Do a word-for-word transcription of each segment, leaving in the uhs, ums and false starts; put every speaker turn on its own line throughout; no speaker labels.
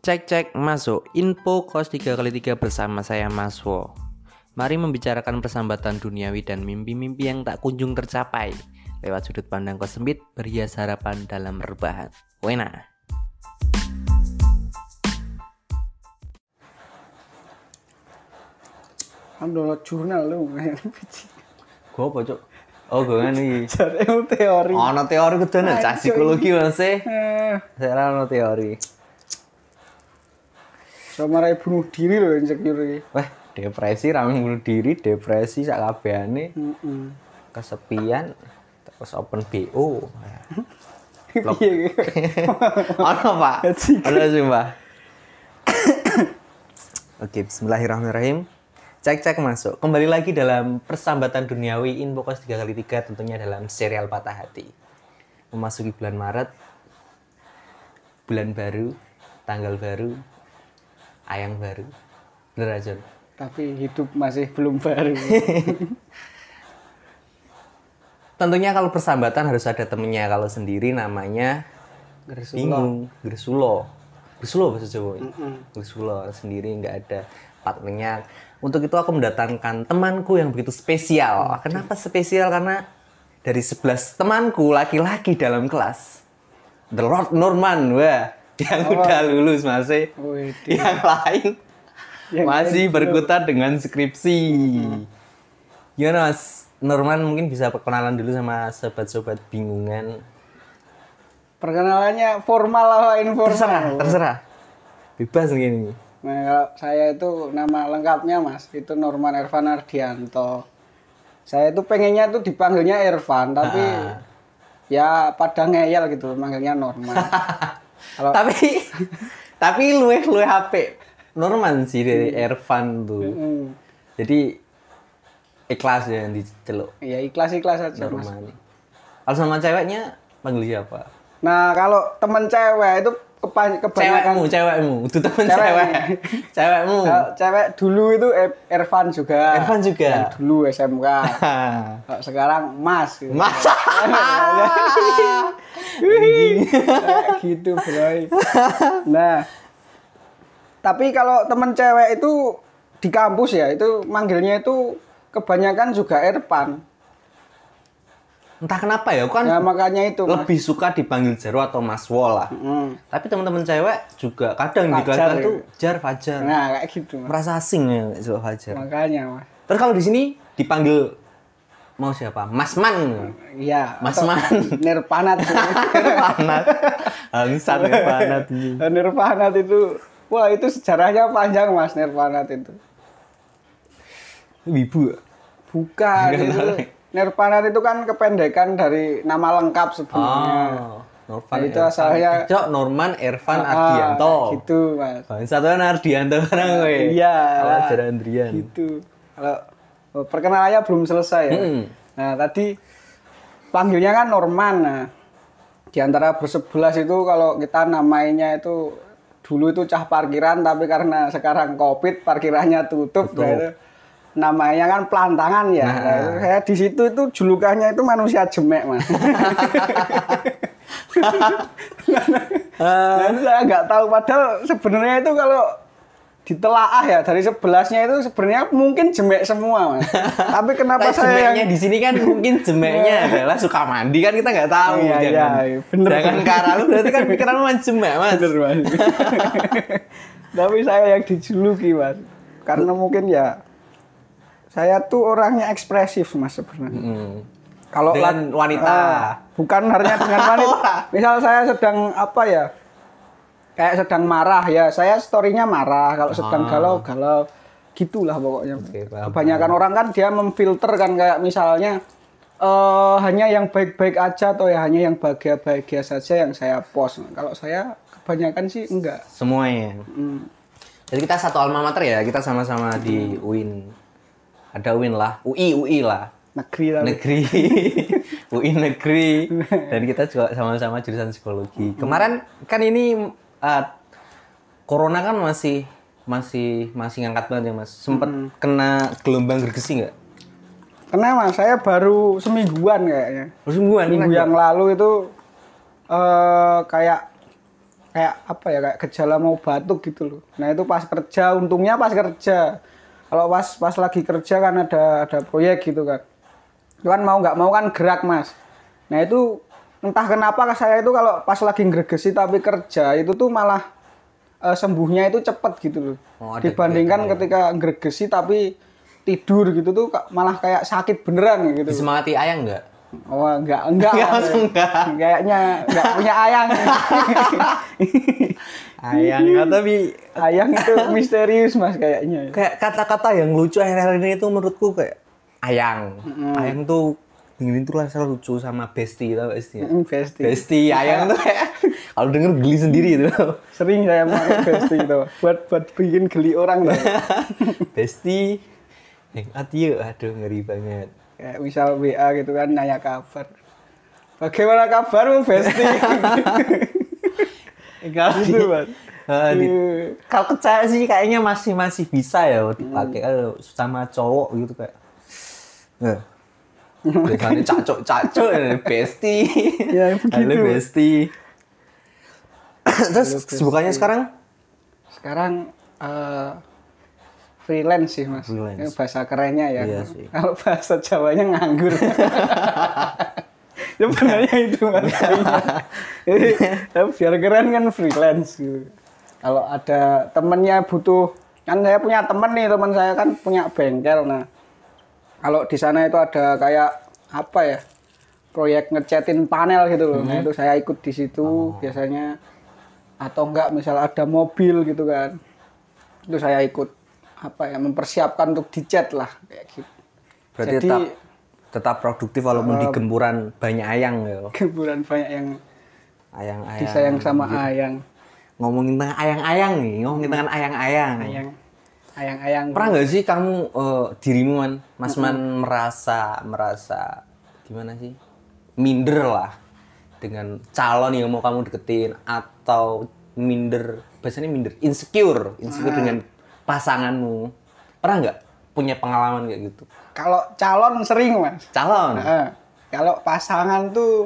Cek cek masuk info kos tiga kali tiga bersama saya Maswo. Mari membicarakan persambatan duniawi dan mimpi-mimpi yang tak kunjung tercapai lewat sudut pandang kos sempit berhias harapan dalam rebahan. Wena.
Ambil jurnal lu.
Gue apa cok? Oh gue kan nih.
Cari teori.
Oh no teori kudu nih cah psikologi masih.
Eh,
Saya no teori.
sama rai bunuh diri loh insecure iki.
Wah depresi, ramai bunuh diri, depresi sak kabehane,
Heeh.
kesepian, terus open B O.
Piye iki?
Ono pak?
Cik.
Ono sih mbak. Oke, bismillahirrahmanirrahim. Cek cek masuk. Kembali lagi dalam persambatan duniawi info kos tiga kali tiga tentunya dalam serial Patah Hati. Memasuki bulan Maret, bulan baru, tanggal baru, ayang baru. Bener aja.
Tapi hidup masih belum baru.
Tentunya kalau persambatan harus ada temennya. Kalau sendiri namanya
Gersulo.
bingung. Gersulo. Gersulo bahasa Jawa.
Mm-mm.
Gersulo sendiri nggak ada partnernya. Untuk itu aku mendatangkan temanku yang begitu spesial. Kenapa spesial? Karena dari sebelas temanku laki-laki dalam kelas, The Lord Norman, wah, yang
Oh.
udah lulus masih.
Wih,
Yang lain
Yang
masih
lain
berkutat dengan skripsi. Gimana Mas Norman, mungkin bisa perkenalan dulu sama sobat-sobat bingungan.
perkenalannya formal apa informal?
Terserah, terserah. Bebas gini.
Nah, kalau saya itu nama lengkapnya Mas, itu Norman Ervan Ardianto. Saya itu pengennya tuh dipanggilnya Ervan, tapi
Ah.
ya pada ngeyel gitu, manggilnya Norman. Kalau
Tapi tapi luweh luweh H P Norman sih dari Ervan tuh.
mm,
Jadi ikhlas ya yang diceluk
ya ikhlas-ikhlas aja Mas.
Norman. Kalau sama ceweknya panggil siapa?
Nah, kalau temen cewek itu kepa- kebanyakan
Cewekmu, cewekmu. Itu temen
Cewek.
cewek. Cewekmu.
kalau cewek dulu itu Er- Ervan juga.
Ervan juga.
Yang dulu S M K. Kalau sekarang Mas. Gitu.
Mas.
Kayak gitu, bro. Nah, tapi kalau temen cewek itu di kampus ya, itu manggilnya itu kebanyakan juga Ervan.
Entah kenapa ya, aku kan
Nah, makanya itu Mas.
lebih suka dipanggil Jero atau Mas Wola.
Mm.
Tapi teman-teman cewek juga kadang di
Fajar
kelas
ya.
tuh Jar Fajar.
Nah, kayak gitu Mas.
Merasa asing ya Jero Fajar.
Makanya Mas.
Terus kalau di sini dipanggil mau siapa? Mas Man.
Iya.
Mas
atau
Man.
Nirpanat.
Panat. Bangsat ya panat ini.
Nirpanat itu, wah itu sejarahnya panjang Mas Nirpanat itu.
Wibu.
Bukan
Nggak
itu.
tahu.
Nirpanat itu kan kependekan dari nama lengkap sebelumnya.
Oh. Norman
Nah, itu
Ervan.
asalnya-
Cok, Norman Ervan
Ah,
Ardianto.
gitu Mas.
Bangsat kan Ardianto kan gue.
Iya.
Kalau Jero Andrian.
Gitu. Kalau oh, perkenalannya belum selesai ya.
Mm-mm.
Nah, tadi panggilnya kan Norman. Nah, di antara bersebelas itu kalau kita namainya itu dulu itu cah parkiran, tapi karena sekarang Covid parkirannya tutup,
Tutup.
nah itu namanya kan pelantangan ya.
Nah.
Nah, itu saya di situ itu julukannya itu manusia jemek, Mas. Nah, itu saya nggak tahu, padahal sebenarnya itu kalau ditelaah ya dari sebelasnya itu sebenarnya mungkin jemek semua, Mas. Tapi kenapa
Tapi
saya
jemeknya
yang
di sini kan mungkin jemeknya adalah suka mandi kan kita nggak tahu.
Iya,
jangan
iya, bener.
jangan kara lu berarti kan pikiran lu jemek mas.
Bener, Mas. Tapi saya yang dijuluki, Mas. Karena mungkin ya saya tuh orangnya ekspresif, Mas sebenarnya.
Hmm.
Kalau
Dengan
lat-
wanita.
Ah, bukan hanya dengan wanita. Misal saya sedang apa ya? Kayak sedang marah ya, saya story-nya marah. Kalau sedang
Ah.
galau, galau. Gitulah pokoknya.
Oke, paham,
Kebanyakan orang kan dia memfilter kan kayak misalnya eh hanya yang baik-baik aja atau ya hanya yang bahagia-bahagia saja yang saya post. Kalau saya kebanyakan sih enggak.
Semuanya.
Hmm.
Jadi kita satu alma mater ya, kita sama-sama di U I N. Ada U I N lah, U I, U I lah.
Negeri tapi.
Negeri. U I N negeri. Dan kita juga sama-sama jurusan psikologi. Kemarin kan ini uh, corona kan masih masih masih ngangkat banget ya, Mas. Sempet kena gelombang gergesi nggak?
Kena, Mas, saya baru semingguan kayaknya.
Terus mingguan
Minggu yang lalu itu eh kayak kayak apa ya kayak gejala mau batuk gitu loh. Nah itu pas kerja, untungnya pas kerja. Kalau pas pas lagi kerja kan ada ada proyek gitu kan. Cuman mau nggak mau kan gerak mas. Nah itu entah kenapa saya itu kalau pas lagi ngregesi tapi kerja itu tuh malah uh, sembuhnya itu cepet gitu loh. Oh, dibandingkan ketika ngregesi tapi tidur gitu tuh malah kayak sakit beneran gitu.
Disemangati ayang nggak?
Oh enggak, enggak.
enggak.
Kayaknya enggak punya ayang.
Ayang tapi
ayang itu misterius mas kayaknya.
Kayak kata-kata yang lucu akhir-akhir ini itu menurutku kayak ayang. Mm. Ayang tuh ini tuh rasa lucu sama Besti tau gak sih?
Mm, Besti.
Besti ayang tuh kayak kalau denger geli sendiri itu.
Sering saya pakai Besti itu buat buat bikin geli orang tuh.
Besti yang atiu aduh ngeri banget.
Kayak misal W A gitu kan nanya kabar. Bagaimana kabarmu Besti?
Kalau gitu, Mas. Uh, di, kalau ke saya sih kayaknya masih masih bisa ya dipakai hmm. kalau sama cowok gitu kayak. Nah. Biasanya cacok-cacok Besti.
Ya begitu.
Halo Besti. Terus kesibukannya sekarang?
Sekarang uh, freelance sih mas. Freelance. Ini bahasa kerennya ya. Iya kalau bahasa Jawanya nganggur. Sebenarnya itu mas. Jadi biar keren kan freelance gitu. Kalau ada temennya butuh, kan saya punya temen nih, teman saya kan punya bengkel. Nah kalau di sana itu ada kayak apa ya, proyek ngecatin panel gitu loh. Hmm. Nah itu saya ikut di situ oh. biasanya. Atau enggak misal ada mobil gitu kan, itu saya ikut apa ya mempersiapkan untuk dicat lah kayak gitu.
Berarti Jadi, tetap tetap produktif walaupun uh, di gemburan banyak ayang ya.
Gemburan banyak yang
ayang-ayang.
Disayang sama gitu. Ayang.
Ngomongin tentang ayang-ayang nih, ngomongin tentang ayang-ayang.
Ayang. Ayang-ayang.
Pernah nggak sih kamu uh, dirimu man, Mas Man mm-hmm. merasa merasa gimana sih? Minder lah dengan calon yang mau kamu deketin atau minder, biasanya minder, insecure, insecure ah. dengan pasanganmu. Pernah nggak punya pengalaman kayak gitu?
Kalau calon sering mas.
Calon.
Nah, kalau pasangan tuh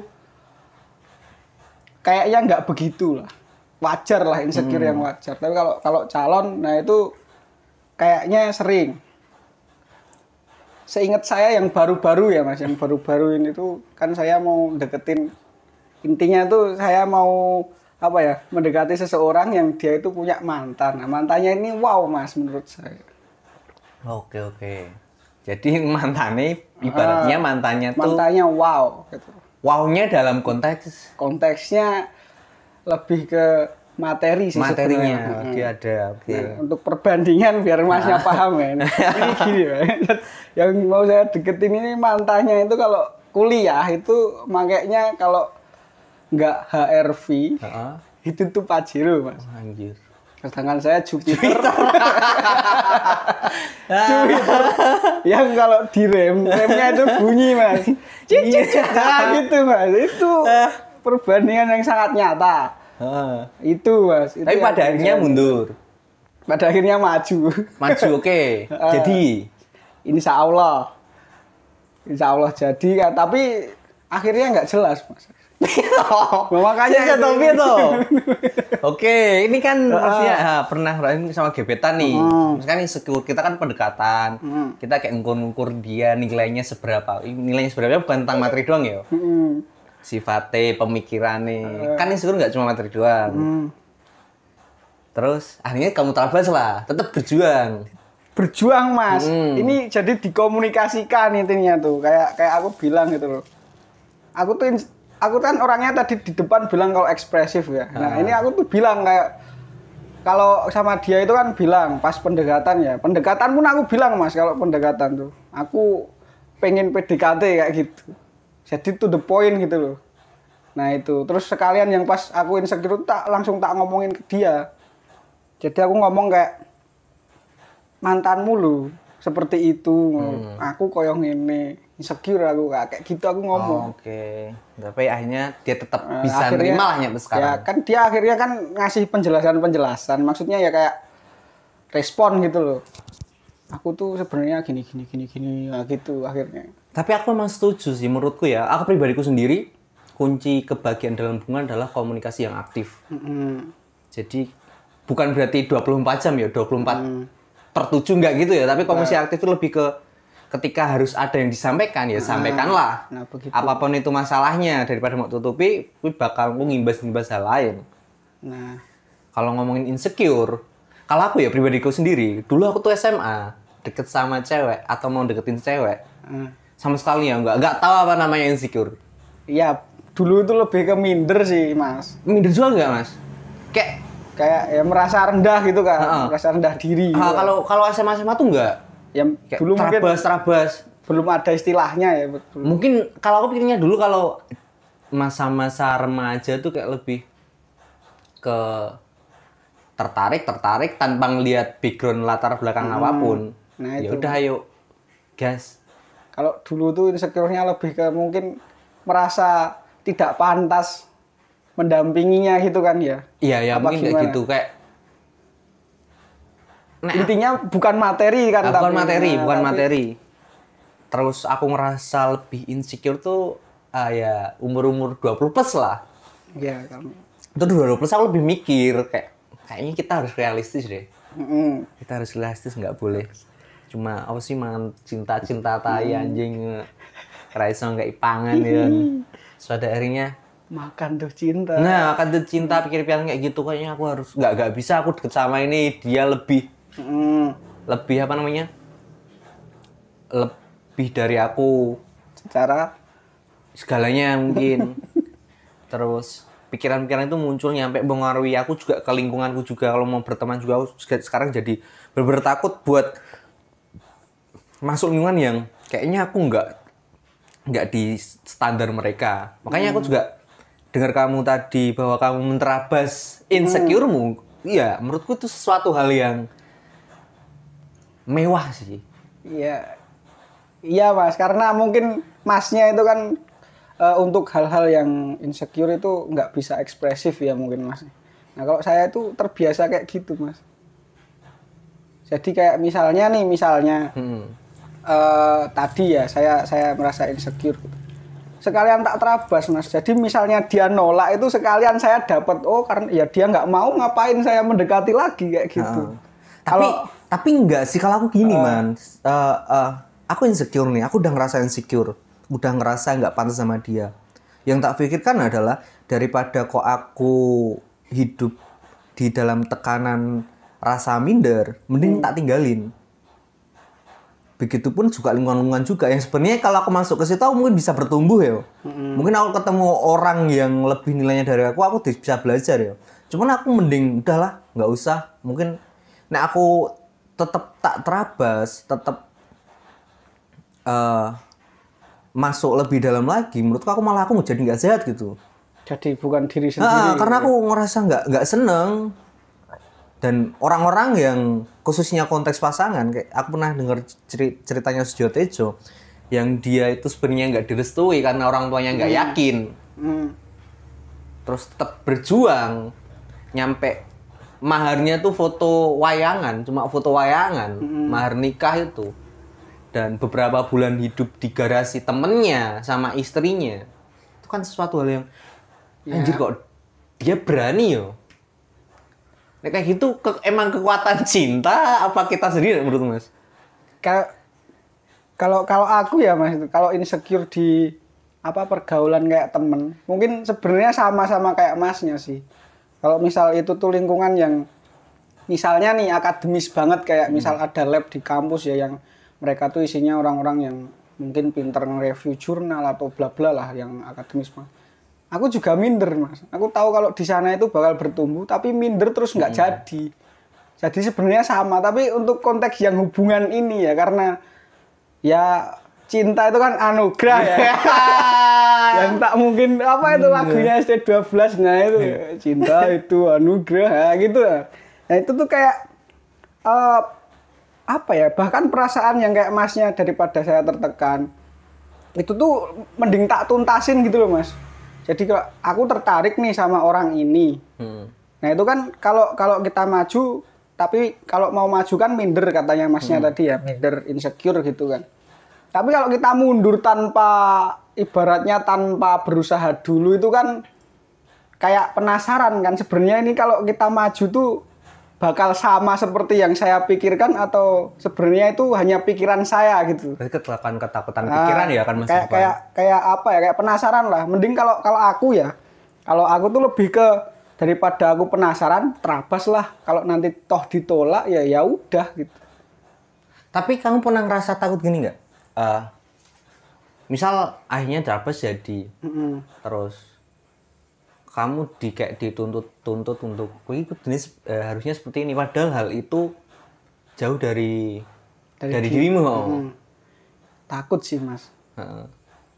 kayaknya nggak begitu lah. Wajar lah insecure hmm. yang wajar. Tapi kalau kalau calon, nah itu kayaknya sering. Seingat saya yang baru-baru ya mas, yang baru-baru ini tuh kan saya mau deketin. Intinya tuh saya mau apa ya mendekati seseorang yang dia itu punya mantan. Nah, mantannya ini wow mas menurut saya.
Oke oke. Jadi mantannya ibaratnya mantannya tuh.
Mantannya wow. Gitu.
Wow-nya dalam konteks.
Konteksnya lebih ke materi sih
materinya.
Sebenarnya.
Dia ada. Okay.
Nah, untuk perbandingan biar masnya paham ya. Ini gini ya. Yang mau saya deketin ini mantannya itu kalau kuliah itu makanya kalau nggak H R V, uh-huh. itu tuh Pajero mas.
Oh, anjir.
Sedangkan saya Jupiter. Jupiter. Yang kalau direm, remnya itu bunyi mas. Cicit. Nah gitu mas. Itu perbandingan yang sangat nyata. Uh. Itu mas. Itu
tapi pada akhirnya saya... mundur.
Pada akhirnya maju.
Maju oke. Okay. Uh, jadi.
Insya Allah. Insya Allah jadi kan. Tapi akhirnya nggak jelas mas.
Oh, makanya itu itu. Oke, ini kan uh, maksudnya ha, pernah sama gebetan nih. Uh, Misalkan insecure kita kan pendekatan. Uh, kita kayak ngukur-ngukur dia nilainya seberapa. Nilainya seberapa bukan tentang materi doang ya. Uh, Sifatnya, pemikirannya. Uh, kan insecure enggak cuma materi doang. Uh, Terus akhirnya kamu terabas lah, tetap berjuang.
Berjuang, Mas. Uh, Ini jadi dikomunikasikan intinya tuh. Kayak kayak aku bilang gitu loh. Aku tuh Aku kan orangnya tadi di depan bilang kalau ekspresif ya. Nah, ah. ini aku tuh bilang kayak kalau sama dia itu kan bilang pas pendekatan ya. Pendekatan pun aku bilang Mas kalau pendekatan tuh. Aku pengen P D K T kayak gitu. Jadi to the point gitu loh. Nah, itu. Terus sekalian yang pas aku insecure tak langsung tak ngomongin ke dia. Jadi aku ngomong kayak mantanmu lu seperti itu. Hmm. Aku koyong ini. Insecure aku kayak gitu aku ngomong.
Oh, oke. Okay. Tapi akhirnya dia tetap uh, bisa akhirnya, nerima lah ya sekarang.
Ya kan dia akhirnya kan ngasih penjelasan-penjelasan. Maksudnya ya kayak respon gitu loh. Aku tuh sebenarnya gini gini gini gini nah gitu akhirnya.
Tapi aku memang setuju sih menurutku ya. Aku pribadiku sendiri kunci kebahagiaan dalam hubungan adalah komunikasi yang aktif.
Mm-mm.
Jadi bukan berarti dua puluh empat jam ya, dua puluh empat mm. per tujuh enggak gitu ya, tapi komunikasi nah. aktif itu lebih ke ketika harus ada yang disampaikan ya nah. sampaikanlah. Nah, apapun itu masalahnya, daripada mau tutupi, gue bakal ngimbas-ngimbas hal lain. Nah, kalau ngomongin insecure, kalau aku ya pribadiku sendiri, dulu aku tuh S M A deket sama cewek atau mau deketin cewek, mm. sama sekali ya enggak, enggak tahu apa namanya insecure.
Iya, dulu itu lebih ke minder sih, Mas.
Minder juga enggak, Mas? Kayak
kayak ya merasa rendah gitu kan, uh-uh. merasa rendah diri.
Uh, gitu. Kalau kalau S M A S M A tuh enggak.
Ya kayak dulu
terabas,
mungkin
terabas.
Belum ada istilahnya ya, betul.
Mungkin kalau aku pikirnya dulu kalau masa-masa remaja tuh kayak lebih ke tertarik, tertarik tanpa ngelihat background latar belakang hmm. apapun. Nah, ya udah ayo gas.
Kalau dulu tuh insecure-nya lebih ke mungkin merasa tidak pantas mendampinginya gitu kan ya.
Iya, ya mungkin kayak gitu kayak
nah, intinya bukan materi kan,
nah,
tapi
bukan materi,
nah,
bukan
tapi...
materi. Terus aku ngerasa lebih insecure tuh uh, ya umur-umur dua puluh plus lah.
Iya, kan.
Itu dua puluh plus aku lebih mikir kayak kayaknya kita harus realistis deh.
Mm-hmm.
Kita harus realistis, nggak boleh cuma apa sih mangan cinta-cinta tai mm. anjing raiso nggak ipangan ya. Suatu harinya
makan tuh cinta.
Nah, makan tuh cinta, pikir-pikiran kayak gitu kayaknya aku harus nggak nggak bisa aku deket sama ini, dia lebih mm. lebih apa namanya? Lebih dari aku
secara
segalanya mungkin. Terus pikiran-pikiran itu muncul nyampe mengaruhi aku juga ke lingkunganku juga. Kalau mau berteman juga aku sekarang jadi bener-bener takut buat masuk lingkungan yang kayaknya aku nggak nggak di standar mereka. Makanya aku juga dengar kamu tadi bahwa kamu menerabas insecure-mu. Iya, hmm. menurutku itu sesuatu hal yang mewah sih.
Iya, iya Mas. Karena mungkin Masnya itu kan uh, untuk hal-hal yang insecure itu nggak bisa ekspresif ya mungkin Mas. Nah kalau saya itu terbiasa kayak gitu Mas. Jadi kayak misalnya nih, misalnya hmm. Uh, tadi ya saya saya merasa insecure sekalian tak terabas Mas. Jadi misalnya dia nolak itu sekalian saya dapat oh karena ya dia nggak mau ngapain saya mendekati lagi kayak gitu.
Uh, tapi kalau, tapi enggak sih kalau aku gini uh, man uh, uh, aku insecure nih, aku udah ngerasa insecure, udah ngerasa nggak pantas sama dia. Yang tak pikirkan adalah daripada kok aku hidup di dalam tekanan rasa minder, mending hmm. tak tinggalin. Begitupun juga lingkungan-lingkungan juga yang sebenarnya kalau aku masuk ke situ aku mungkin bisa bertumbuh ya. Mm-hmm. Mungkin aku ketemu orang yang lebih nilainya dari aku, aku bisa belajar ya. Cuman aku mending udahlah, nggak usah. Mungkin nah aku tetap tak terabas, tetap uh, masuk lebih dalam lagi. Menurutku aku malah aku jadi nggak sehat gitu.
Jadi bukan diri sendiri.
Nah, karena aku ngerasa nggak nggak seneng. Dan orang-orang yang khususnya konteks pasangan, kayak aku pernah dengar ceritanya Sujiwo Tejo, yang dia itu sebenarnya nggak direstui karena orang tuanya nggak hmm. yakin, hmm. terus tetap berjuang, nyampe maharnya tuh foto wayangan, cuma foto wayangan, hmm. mahar nikah itu, dan beberapa bulan hidup di garasi temennya sama istrinya, itu kan sesuatu hal yang ya. Anjir kok dia berani yo. Nah, kayak gitu ke, emang kekuatan cinta apa kita sendiri menurut Mas?
Kalau kalau aku ya Mas, kalau insecure di apa pergaulan kayak temen, mungkin sebenarnya sama-sama kayak Masnya sih. Kalau misal itu tuh lingkungan yang misalnya nih akademis banget kayak hmm. misal ada lab di kampus ya yang mereka tuh isinya orang-orang yang mungkin pinter nge-review jurnal atau bla bla lah yang akademis Mas. Aku juga minder Mas. Aku tahu kalau di sana itu bakal bertumbuh, tapi minder terus nggak hmm. jadi. Jadi sebenarnya sama, tapi untuk konteks yang hubungan ini ya karena ya cinta itu kan anugerah ya. Yang tak mungkin apa itu lagunya S T dua belas nah itu cinta itu anugerah gitu. Nah itu tuh kayak uh, apa ya? Bahkan perasaan yang kayak Masnya daripada saya tertekan itu tuh mending tak tuntasin gitu loh Mas. Jadi kalau aku tertarik nih sama orang ini, hmm. nah itu kan kalau kalau kita maju, tapi kalau mau maju kan minder katanya Masnya hmm. tadi ya, minder, insecure gitu kan. Tapi kalau kita mundur tanpa ibaratnya tanpa berusaha dulu itu kan kayak penasaran kan sebenarnya ini kalau kita maju tuh bakal sama seperti yang saya pikirkan atau sebenarnya itu hanya pikiran saya gitu.
Berarti kecelakaan ketakutan pikiran
nah,
ya kan Mas?
Kayak kayak kayak apa ya? Kayak penasaran lah. Mending kalau kalau aku ya, kalau aku tuh lebih ke daripada aku penasaran, terabas lah. Kalau nanti toh ditolak ya ya udah gitu.
Tapi kamu pernah ngerasa takut gini nggak? Uh, misal akhirnya terabas jadi, mm-hmm. terus kamu di kayak dituntut-tuntut untuk ikut jenis eh, harusnya seperti ini, padahal hal itu jauh dari dari, dari dirimu. Hmm.
Takut sih Mas. Uh.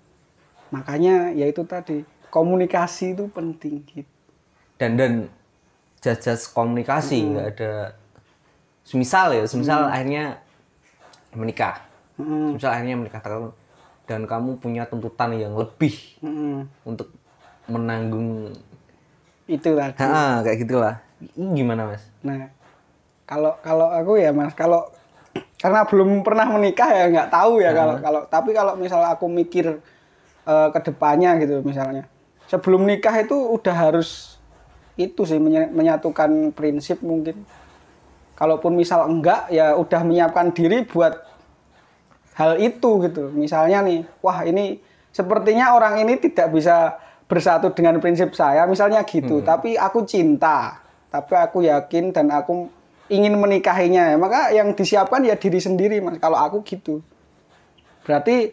Makanya ya itu tadi komunikasi itu penting gitu. Dan
dan jas-jas komunikasi nggak hmm. ada. Semisal ya, semisal hmm. akhirnya menikah, hmm. semisal akhirnya menikah dan kamu punya tuntutan yang lebih hmm. untuk menanggung
itu tadi.
Ha, kayak gitulah. Gimana Mas?
Nah, kalau kalau aku ya Mas, kalau karena belum pernah menikah ya nggak tahu ya kalau kalau tapi kalau misal aku mikir uh, ke depannya gitu misalnya. Sebelum nikah itu udah harus itu sih menyatukan prinsip mungkin. Kalaupun misal enggak ya udah menyiapkan diri buat hal itu gitu. Misalnya nih, wah ini sepertinya orang ini tidak bisa bersatu dengan prinsip saya, misalnya gitu. Hmm. Tapi aku cinta, tapi aku yakin dan aku ingin menikahinya. Maka yang disiapkan ya diri sendiri, Mas. Kalau aku gitu. Berarti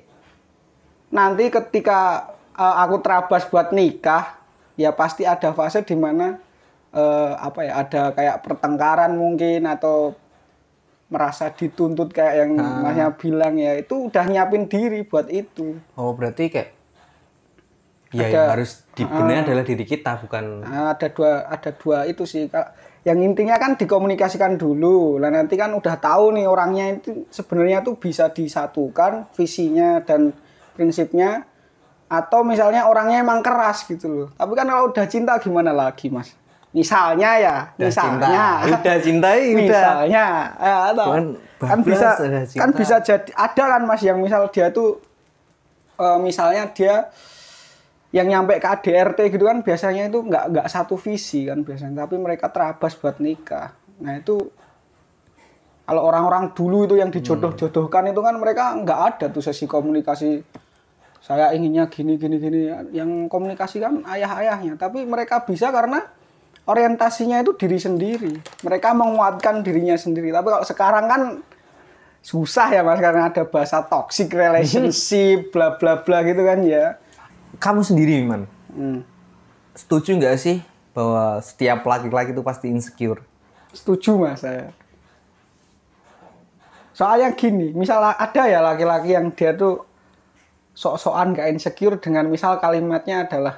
nanti ketika uh, aku terabas buat nikah, ya pasti ada fase di mana uh, apa ya, ada kayak pertengkaran mungkin atau merasa dituntut kayak yang nah. Masnya bilang ya, itu udah nyiapin diri buat itu.
Oh, berarti kayak ya, ada, yang harus dibenahi uh, adalah diri kita, bukan
ada dua ada dua itu sih. Yang intinya kan dikomunikasikan dulu. Lah nanti kan udah tahu nih orangnya itu sebenarnya tuh bisa disatukan visinya dan prinsipnya, atau misalnya orangnya emang keras gitu loh. Tapi kan kalau udah cinta gimana lagi, Mas? Misalnya ya, udah misalnya
cinta. udah cintai udah.
Misalnya ya, atau, kan bisa kan bisa jadi ada kan Mas yang misal dia tuh uh, misalnya dia yang nyampe ke A D R T gitu kan biasanya itu nggak nggak satu visi kan biasanya, tapi mereka terabas buat nikah. Nah itu kalau orang-orang dulu itu yang dijodoh-jodohkan itu kan mereka nggak ada tuh sesi komunikasi. Saya inginnya gini gini gini, yang komunikasi kan ayah-ayahnya, tapi mereka bisa karena orientasinya itu diri sendiri. Mereka menguatkan dirinya sendiri. Tapi kalau sekarang kan susah ya Mas, karena ada bahasa toxic relationship bla bla bla gitu kan ya.
Kamu sendiri, Man, hmm. setuju nggak sih bahwa setiap laki-laki itu pasti insecure?
Setuju Mas saya. Soalnya gini, misal ada ya laki-laki yang dia tuh sok-sokan nggak insecure dengan misal kalimatnya adalah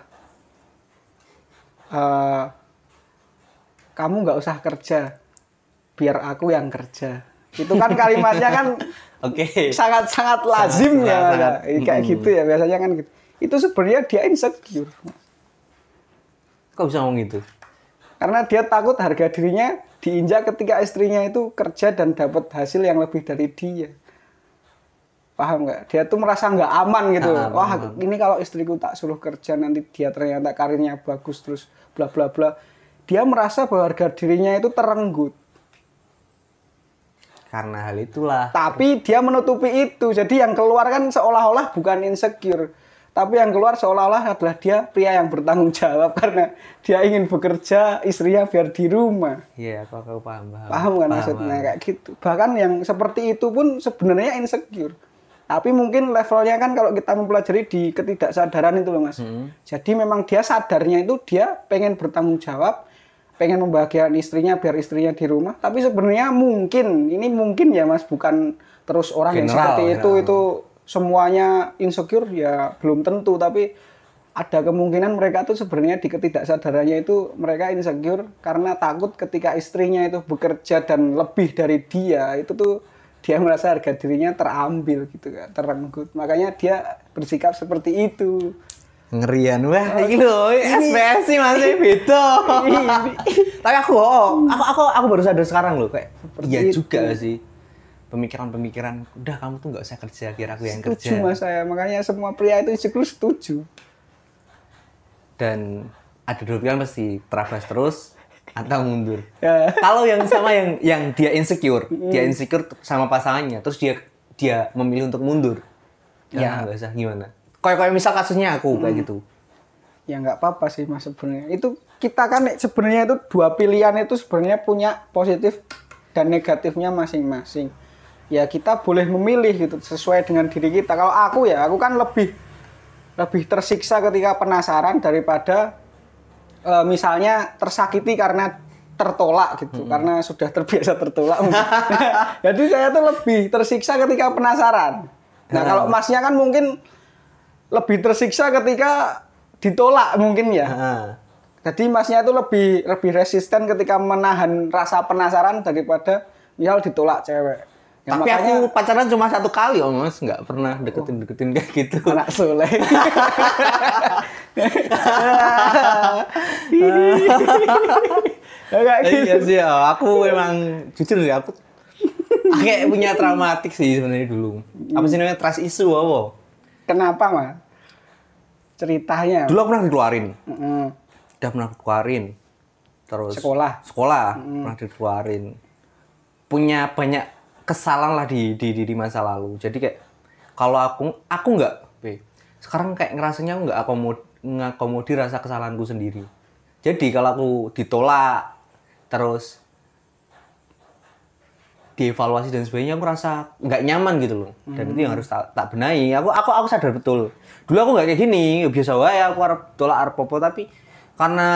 uh, kamu nggak usah kerja, biar aku yang kerja. Itu kan kalimatnya kan
okay.
sangat-sangat lazim sangat, ya, sangat, ya. Kayak hmm. gitu ya biasanya kan gitu. Itu sebenarnya dia insecure.
Kok bisa ngomong gitu?
Karena dia takut harga dirinya diinjak ketika istrinya itu kerja dan dapat hasil yang lebih dari dia. Paham nggak? Dia tuh merasa nggak aman gitu. Ah, Wah aman. Ini kalau istriku tak suruh kerja nanti dia ternyata karirnya bagus terus bla bla bla. Dia merasa bahwa harga dirinya itu terenggut.
Karena hal itulah.
Tapi dia menutupi itu. Jadi yang keluar kan seolah-olah bukan insecure. Tapi yang keluar seolah-olah adalah dia pria yang bertanggung jawab karena dia ingin bekerja, istrinya biar di rumah.
Iya, kok aku paham, paham.
Paham kan maksudnya kayak gitu. Bahkan yang seperti itu pun sebenarnya insecure. Tapi mungkin levelnya kan kalau kita mempelajari di ketidaksadaran itu loh Mas. Hmm. Jadi memang dia sadarnya itu dia pengen bertanggung jawab, pengen membahagiakan istrinya biar istrinya di rumah. Tapi sebenarnya mungkin, ini mungkin ya Mas, bukan terus orang general, yang seperti general. itu itu semuanya insecure ya belum tentu, tapi ada kemungkinan mereka tuh sebenarnya di ketidaksadarannya itu mereka insecure karena takut ketika istrinya itu bekerja dan lebih dari dia, itu tuh dia merasa harga dirinya terambil gitu kan, terenggut. Makanya dia bersikap seperti itu.
Ngerian wah, oh, ini loh, S P S sih masih beda. Tapi aku, oh, aku aku aku baru sadar sekarang loh kayak iya juga sih. pemikiran-pemikiran udah kamu tuh nggak usah kerja biar aku yang
Setuju
kerja.
mas saya, makanya semua pria itu insecure setuju.
Dan ada dua pilihan pasti terabas terus atau mundur.
Ya.
Kalau yang sama yang yang dia insecure, dia insecure sama pasangannya, terus dia dia memilih untuk mundur. Ya nggak usah gimana. Kayak kayak misal kasusnya aku kayak gitu.
Ya nggak apa-apa sih mas sebenarnya. Itu kita kan sebenarnya itu dua pilihan itu sebenarnya punya positif dan negatifnya masing-masing. Ya kita boleh memilih gitu sesuai dengan diri kita. Kalau aku ya, aku kan lebih lebih tersiksa ketika penasaran daripada e, misalnya tersakiti karena tertolak gitu, hmm. karena sudah terbiasa tertolak. Jadi saya tuh lebih tersiksa ketika penasaran. Nah kalau masnya kan mungkin lebih tersiksa ketika ditolak mungkin ya. Jadi masnya itu lebih lebih resisten ketika menahan rasa penasaran daripada misal ditolak cewek.
Ya, tapi makanya, aku pacaran cuma satu kali om mas, nggak pernah deketin-deketin kayak gitu.
Anak soleh.
Iya sih, oh, aku emang jujur ya aku kayak punya traumatik sih sebenarnya dulu. Apa sih namanya trust issue apa?
Kenapa mas? Ceritanya.
Dulu aku pernah dikeluarin.
Mm-hmm.
Udah pernah dikeluarin. Terus
sekolah.
Sekolah mm-hmm. pernah dikeluarin. Punya banyak kesalahan lah di, di di di masa lalu. Jadi kayak kalau aku aku nggak, sekarang kayak ngerasanya aku nggak akomod ngakomodir rasa kesalahanku sendiri. Jadi kalau aku ditolak terus dievaluasi dan sebagainya, aku rasa nggak nyaman gitu loh. Dan hmm. itu yang harus tak, tak benahi. Aku aku aku sadar betul. Dulu aku nggak kayak gini, biasa wae aku arep tolak arep popo, tapi karena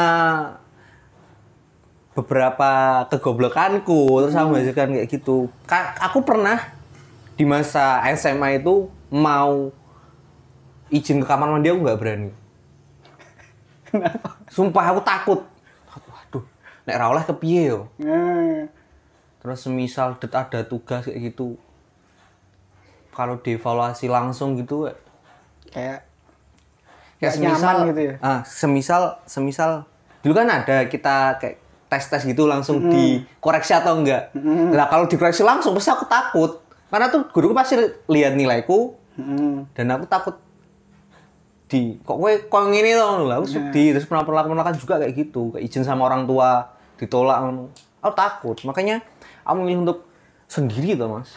beberapa kegoblokanku terus aku menghasilkan kayak gitu. Aku pernah di masa S M A itu mau izin ke kamar mandi, aku nggak berani.
Kenapa?
Sumpah aku takut. Waduh, nek ra oleh kepiye yo.
Hmm.
Terus semisal ada tugas kayak gitu, kalau dievaluasi langsung gitu
kayak
kayak semisal gitu ya. Ah, semisal semisal dulu kan ada kita kayak tes-tes gitu langsung mm. dikoreksi atau enggak. Mm. Nah, kalau dikoreksi langsung pasti aku takut. Karena tuh guruku pasti lihat nilaiku. Mm. Dan aku takut di kok kowe kok ngene to lho, aku sedih. Terus pernah penolakan juga kayak gitu, kayak izin sama orang tua ditolak. Aku takut. Makanya aku milih untuk sendiri tuh, Mas.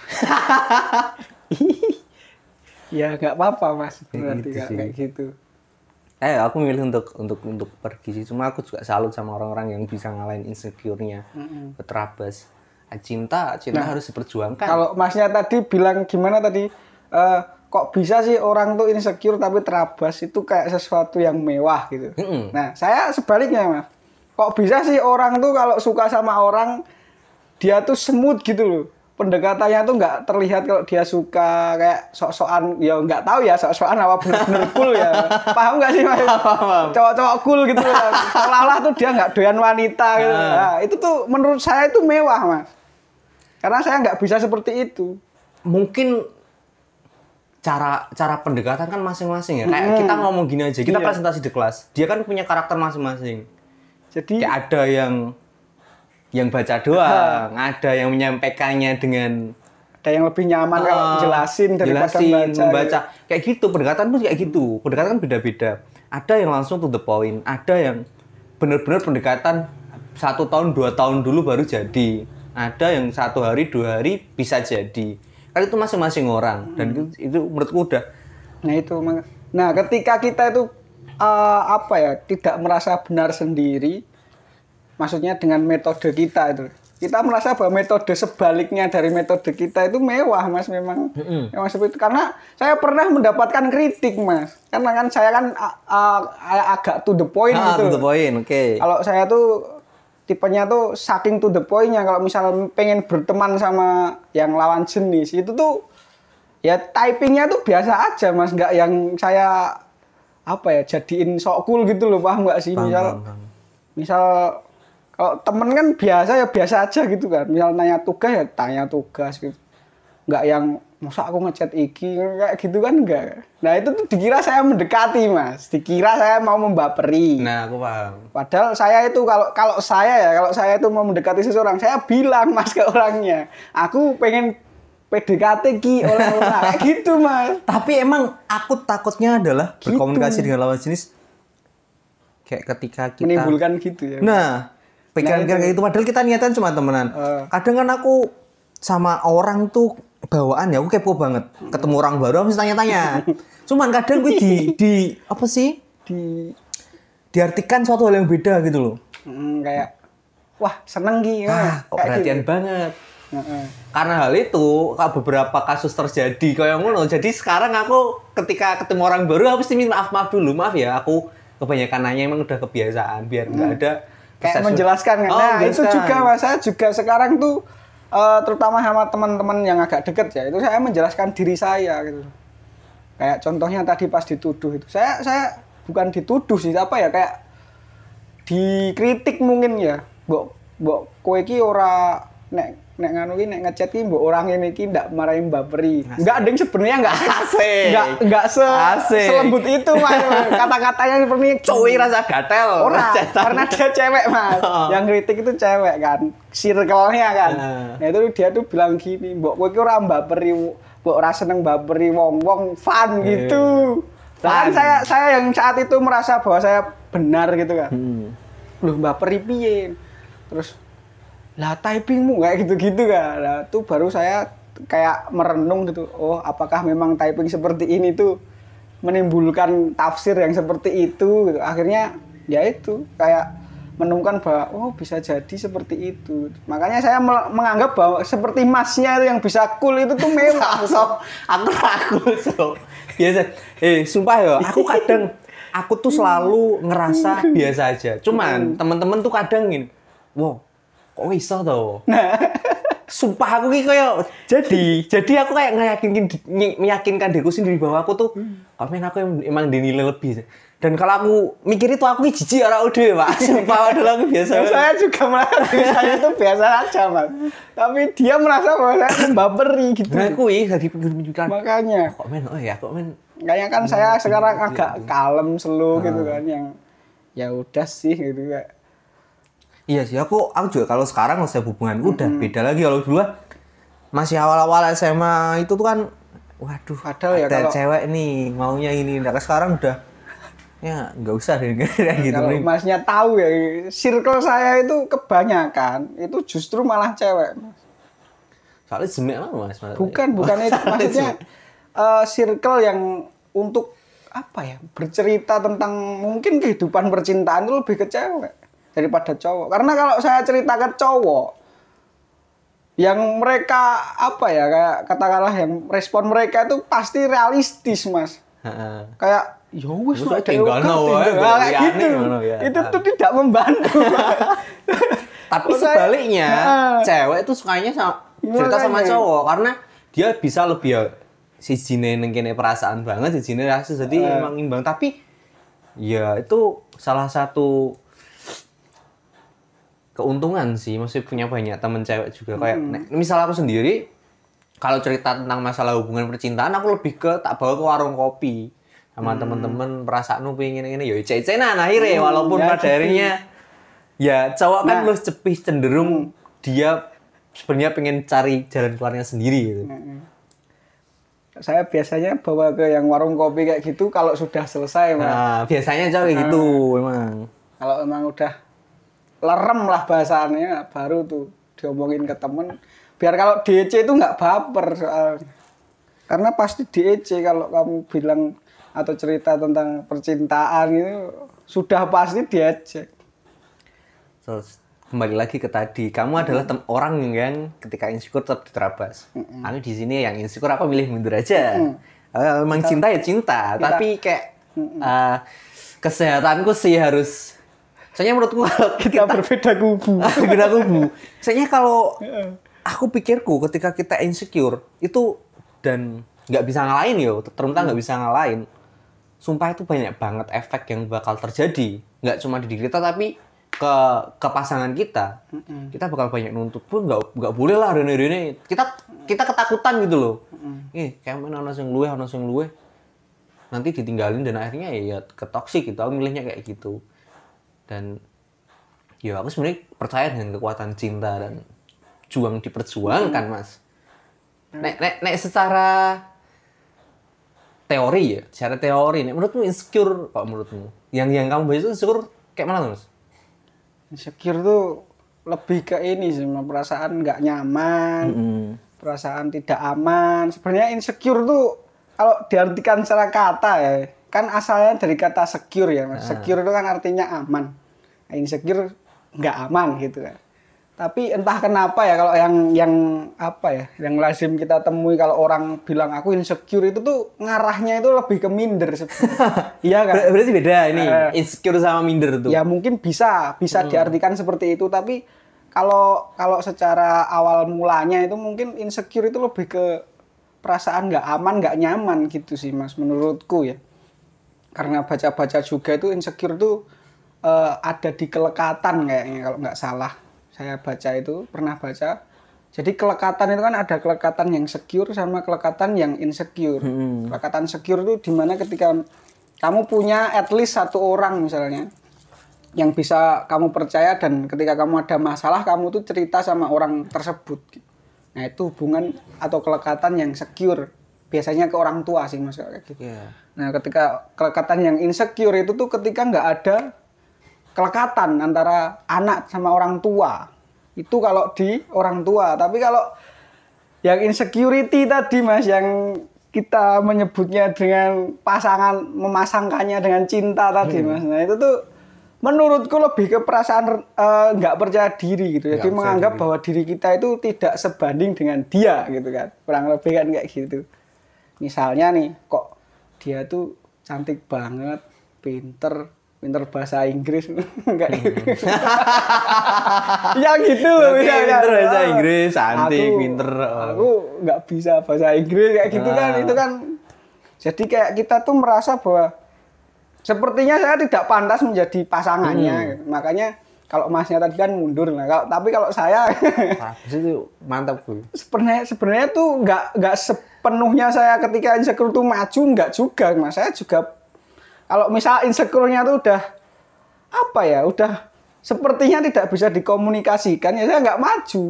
Ya enggak apa-apa, Mas. Berarti
gitu
kayak gitu.
Eh, aku milih untuk untuk untuk pergi sih. Cuma aku juga salut sama orang-orang yang bisa ngalahin insecure-nya. Mm-hmm. Berterabas. Cinta, cinta nah, harus diperjuangkan.
Kalau Masnya tadi bilang gimana tadi? Uh, kok bisa sih orang tuh insecure tapi terabas, itu kayak sesuatu yang mewah gitu. Mm-hmm. Nah, saya sebaliknya, Mas. Kok bisa sih orang tuh kalau suka sama orang dia tuh smooth gitu loh. Pendekatannya tuh nggak terlihat kalau dia suka kayak sok-sokan, ya nggak tahu ya sok-sokan apa bener-bener cool ya. Paham nggak sih Mas? Cowok-cowok cool gitu loh. Seolah-olah tuh dia nggak doyan wanita gitu. Nah, itu tuh menurut saya itu mewah, Mas. Karena saya nggak bisa seperti itu.
Mungkin cara cara pendekatan kan masing-masing ya. Kayak hmm. kita ngomong gini aja, kita iya. presentasi di kelas. Dia kan punya karakter masing-masing. Jadi kayak ada yang yang baca doang, ha. ada yang menyampaikannya dengan
ada yang lebih nyaman uh, kalau jelasin daripada
jelasin,
membaca.
membaca. Gitu. Kayak gitu, pendekatan pun kayak gitu. Pendekatan kan beda-beda. Ada yang langsung to the point, ada yang benar-benar pendekatan satu tahun, dua tahun dulu baru jadi. Ada yang satu hari, dua hari bisa jadi. Kan itu masing-masing orang. Dan itu, itu menurutku udah.
Nah itu, nah ketika kita itu uh, apa ya, tidak merasa benar sendiri. Maksudnya dengan metode kita itu, kita merasa bahwa metode sebaliknya dari metode kita itu mewah, Mas. Memang, mm-hmm. memang seperti itu. Karena saya pernah mendapatkan kritik, Mas. Karena kan saya kan uh, uh, agak to the point
ah,
gitu.
To the point, oke. Okay.
Kalau saya tuh tipenya tuh saking to the point-nya. Kalau misal pengen berteman sama yang lawan jenis itu tuh ya typingnya tuh biasa aja, Mas. Nggak yang saya apa ya jadiin sok cool gitu loh, paham nggak sih? Misal, bang, bang. misal kalau temen kan biasa ya biasa aja gitu kan. Misal nanya tugas ya tanya tugas gitu. Nggak yang masa aku ngechat Iki kayak gitu kan enggak. Nah itu tuh dikira saya mendekati, Mas. Dikira saya mau membaperi.
Nah aku paham.
Padahal saya itu kalau kalau saya ya kalau saya itu mau mendekati seseorang, saya bilang Mas ke orangnya, aku pengen P D K T ki oleh orang kayak gitu mas.
Tapi emang aku takutnya adalah
Gitu.
berkomunikasi dengan lawan jenis kayak ketika kita
Menimbulkan gitu ya.
Nah, pikiran-pikiran kayak gitu padahal kita niatan cuma temenan.
Uh.
Kadang kan aku sama orang tuh bawaan ya, aku kepo banget. Ketemu orang baru aku mesti tanya-tanya. Cuman kadang gue di di apa sih?
Di
diartikan suatu hal yang beda gitu loh.
hmm, kayak wah seneng ki.
Ah, kok
kayak
perhatian
gitu.
banget.
Uh-uh.
Karena hal itu beberapa kasus terjadi kayak ngono. Jadi sekarang aku ketika ketemu orang baru aku mesti minta maaf maaf dulu. Maaf ya, aku kebanyakan nanya emang udah kebiasaan biar nggak
Hmm.
ada
Kayak
proses-
menjelaskan kan.
Oh,
Nah, itu
menjelaskan.
juga mas saya juga sekarang tuh eh, terutama sama teman-teman yang agak deket ya, itu saya menjelaskan diri saya gitu. Kayak contohnya tadi pas dituduh itu. Saya saya bukan dituduh sih, apa ya kayak dikritik mungkin ya. Mbok mbok kowe iki ora nek nek nganu ki nek ngechat ki mbok orang ini ki ndak marahin baperi. Enggak ada yang sebenarnya enggak
Asik.
enggak enggak se
Asik.
selembut itu mas. Kata-katanya seperti
Cuy rasa gatel.
Ora,
Cetan.
karena dia cewek mas.
Oh.
Yang kritik itu cewek kan, circle-nya kan.
Nah.
Nah itu dia tuh bilang gini, mbok kowe ki ora mbaperi, mbok ora seneng mbaperi wong-wong fun gitu. Dan
Fun.
saya saya yang saat itu merasa bahwa saya benar gitu kan.
Hmm.
Loh mbaperi piye? Terus lah typingmu kayak gitu-gitu kan. Nah, itu baru saya kayak merenung gitu. Oh, apakah memang typing seperti ini tuh menimbulkan tafsir yang seperti itu gitu. Akhirnya ya itu kayak menemukan bahwa oh bisa jadi seperti itu. Makanya saya me- menganggap bahwa seperti masnya itu yang bisa cool itu tuh mewah.
so, aku ragu so. Biasa. Eh, sumpah ya, aku kadang aku tuh selalu ngerasa biasa aja. Cuman temen-temen tuh kadang gini, wow, kok bisa toh? Sumpah aku ki kayak jadi jadi aku kayak ngeyakinkan meyakinkan diriku sendiri bahwa aku tuh kok men aku em- emang dinilai lebih. Dan kalau aku mikir itu aku ki jijik ora udah, Pak. Sumpah adalah aku biasa.
Dan saya juga merasa diri saya itu biasa aja mas. Tapi dia merasa bahwa saya membaperi gitu.
Nah, aku ih jadi pikir-pikirkan.
Makanya
Kok men, oh ya, kok men.
kayaknya kan saya sekarang agak kalem slow gitu kan yang ya udah sih gitu kayak.
Iya sih, aku aku juga kalau sekarang usia hubungan udah beda lagi. Kalau dulu masih awal-awal S M A itu tuh kan, waduh,
Padahal ya
ada
kalau-
cewek nih maunya ini. Nah sekarang udah, ya nggak usah deh kayak gitu.
Kalau
nih.
masnya tahu ya, circle saya itu kebanyakan itu justru malah cewek. Mas.
Soalnya jemek lah mas. Mas.
Bukan, bukan itu maksudnya eh, circle yang untuk apa ya bercerita tentang mungkin kehidupan percintaan itu lebih ke cewek daripada cowok. Karena kalau saya cerita ke cowok, yang mereka apa ya kayak katakanlah yang respon mereka itu pasti realistis mas.
Heeh.
Kayak ya wis
Terus
nek
tinggal
dhewe
no,
tinggal.
wae,
Nah, kayak
liyane
gitu.
ngono ya.
Itu tuh tidak membantu.
Tapi
Oh, saya-
sebaliknya,
Nah.
cewek itu sukanya sama cerita sama
Makanya.
cowok karena dia bisa lebih ya si jine nengkene perasaan banget, si jine rasa jadi emang imbang. Tapi ya itu salah satu keuntungan sih, maksudnya punya banyak temen cewek juga kayak nek- misal aku sendiri kalau cerita tentang masalah hubungan percintaan aku lebih ke tak bawa ke warung kopi sama temen-temen perasaanmu pengen ini ya cece-cenan akhirnya walaupun
ya
pada
gitu.
akhirnya ya cowok kan
Nah.
lu cepih cenderung dia sebenarnya pengen cari jalan keluarnya sendiri gitu.
Saya biasanya bawa ke yang warung kopi kayak gitu kalau sudah selesai mas.
Nah, biasanya cowok kayak gitu emang.
Kalau emang udah lerem lah bahasannya baru tuh diomongin ke temen. Biar kalau D C itu nggak baper soalnya. Karena pasti D C kalau kamu bilang atau cerita tentang percintaan itu sudah pasti diajak.
Terus kembali lagi ke tadi, kamu adalah tem- orang yang ketika insecure tetap diterabas. Aku di sini yang insecure aku milih mundur aja. Eh, Emang cinta ya cinta, tapi kayak eh, kesehatanku sih harus. Soalnya menurutku kalau
Kita berbeda kubu.
beda kubu. Soalnya kalau aku pikirku ketika kita insecure itu dan nggak bisa ngalahin yo, terutama nggak bisa ngalahin. Sumpah itu banyak banget efek yang bakal terjadi. Nggak cuma di diri kita tapi ke ke pasangan kita. Kita bakal banyak nuntut pun nggak nggak boleh lah rene rene. Kita kita ketakutan gitu loh. Eh kayak mana ono sing luweh ono sing luweh. Nanti ditinggalin dan akhirnya ya, ya ke toksik gitu. Aku milihnya kayak gitu. Dan ya aku sebenarnya percaya dengan kekuatan cinta dan juang diperjuangkan mas. Nek nek nek secara teori ya, secara teori nek menurutmu insecure kok menurutmu? Yang yang kamu baca itu insecure kayak mana, Mas?
Insecure tuh lebih ke ini sih, perasaan nggak nyaman,
Mm-hmm.
perasaan tidak aman. Sebenarnya insecure tuh kalau diartikan secara kata ya, kan asalnya dari kata secure ya, Mas. Secure itu kan artinya aman. Nah, insecure nggak aman gitu kan. Tapi entah kenapa ya, kalau yang yang apa ya, yang lazim kita temui kalau orang bilang aku insecure itu tuh ngarahnya itu lebih ke minder sebenarnya. Iya kan?
Ber- berarti beda ini,
Eh,
insecure sama minder tuh.
Ya mungkin bisa bisa
Hmm.
diartikan seperti itu, tapi kalau kalau secara awal mulanya itu mungkin insecure itu lebih ke perasaan nggak aman, nggak nyaman gitu sih, Mas, menurutku ya. Karena baca-baca juga itu insecure itu eh, ada di kelekatan kayaknya kalau nggak salah. Saya baca itu, pernah baca. Jadi kelekatan itu kan ada kelekatan yang secure sama kelekatan yang insecure.
Hmm.
Kelekatan secure itu dimana ketika kamu punya at least satu orang misalnya yang bisa kamu percaya, dan ketika kamu ada masalah kamu tuh cerita sama orang tersebut. Nah itu hubungan atau kelekatan yang secure. Biasanya ke orang tua sih, Mas, kayak gitu.
Yeah.
Nah ketika kelekatan yang insecure itu tuh ketika nggak ada kelekatan antara anak sama orang tua. Itu kalau di orang tua. Tapi kalau yang insecurity tadi, Mas, yang kita menyebutnya dengan pasangan, memasangkannya dengan cinta tadi,
Hmm.
Mas. Nah itu tuh menurutku lebih ke perasaan eh, nggak percaya diri gitu. Jadi
Nggak percaya
menganggap
diri.
bahwa diri kita itu tidak sebanding dengan dia gitu kan. Kurang lebih kan kayak gitu. Misalnya nih, kok dia tuh cantik banget, pinter, pinter bahasa Inggris, enggak gitu. Ya gitu,
Oke,
ya,
pinter
kan?
bahasa Inggris, cantik,
Aku-
pinter. Oh.
Aku nggak bisa bahasa Inggris kayak gitu kan,
Ah.
itu kan. Jadi kayak kita tuh merasa bahwa sepertinya saya tidak pantas menjadi pasangannya,
Hmm.
gitu. Makanya kalau Masnya tadi kan mundur, nah, kalau, tapi kalau saya
Habis itu mantap tuh.
sebenarnya sebenarnya tuh nggak nggak sepenuhnya saya ketika insecure tuh maju, nggak juga, Mas. Saya juga kalau misal insecure-nya tuh udah apa ya, udah sepertinya tidak bisa dikomunikasikan, ya saya nggak maju.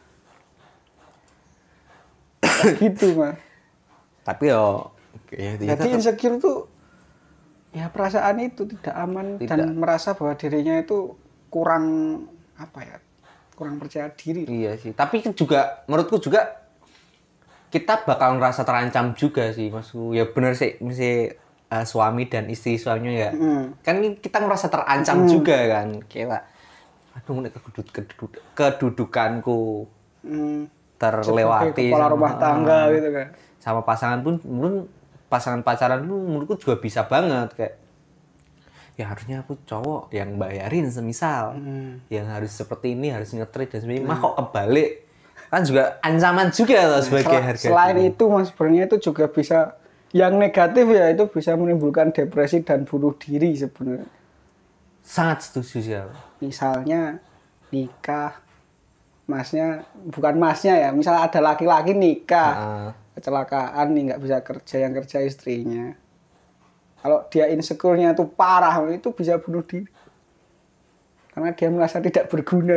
Kayak gitu, Mas.
Tapi yo, ya, ya
Jadi
tetap-
insecure tuh ya perasaan itu tidak aman
Tidak.
dan merasa bahwa dirinya itu kurang apa ya, kurang percaya diri.
Iya sih. Tapi juga menurutku juga kita bakal ngerasa terancam juga sih, Masku. Ya bener sih, mesti eh, suami dan istri suaminya ya.
Mm.
Kan kita ngerasa terancam juga kan. Kayak aduh nek keduduk, keduduk, kedudukanku
Hmm,
terlewati
sebagai kepala
sama-
rumah tangga gitu kan.
sama pasangan pun menurut pasangan pacaran pun menurutku juga bisa banget kayak ya harusnya aku cowok yang bayarin semisal
Hmm.
yang harus seperti ini harus nge-treat dan sebagainya mah kok kebalik kan juga ancaman juga loh sebagai
Sel-
harga
Selain
diri.
itu, Mas, sebenarnya itu juga bisa yang negatif ya, itu bisa menimbulkan depresi dan bunuh diri sebenarnya.
Sangat setuju sih aku.
Misalnya nikah, masnya bukan masnya ya, misal ada laki-laki nikah,
Heeh.
kecelakaan nih nggak bisa kerja, yang kerja istrinya. Kalau dia insecure-nya tuh parah, itu bisa bunuh diri. Karena dia merasa tidak berguna.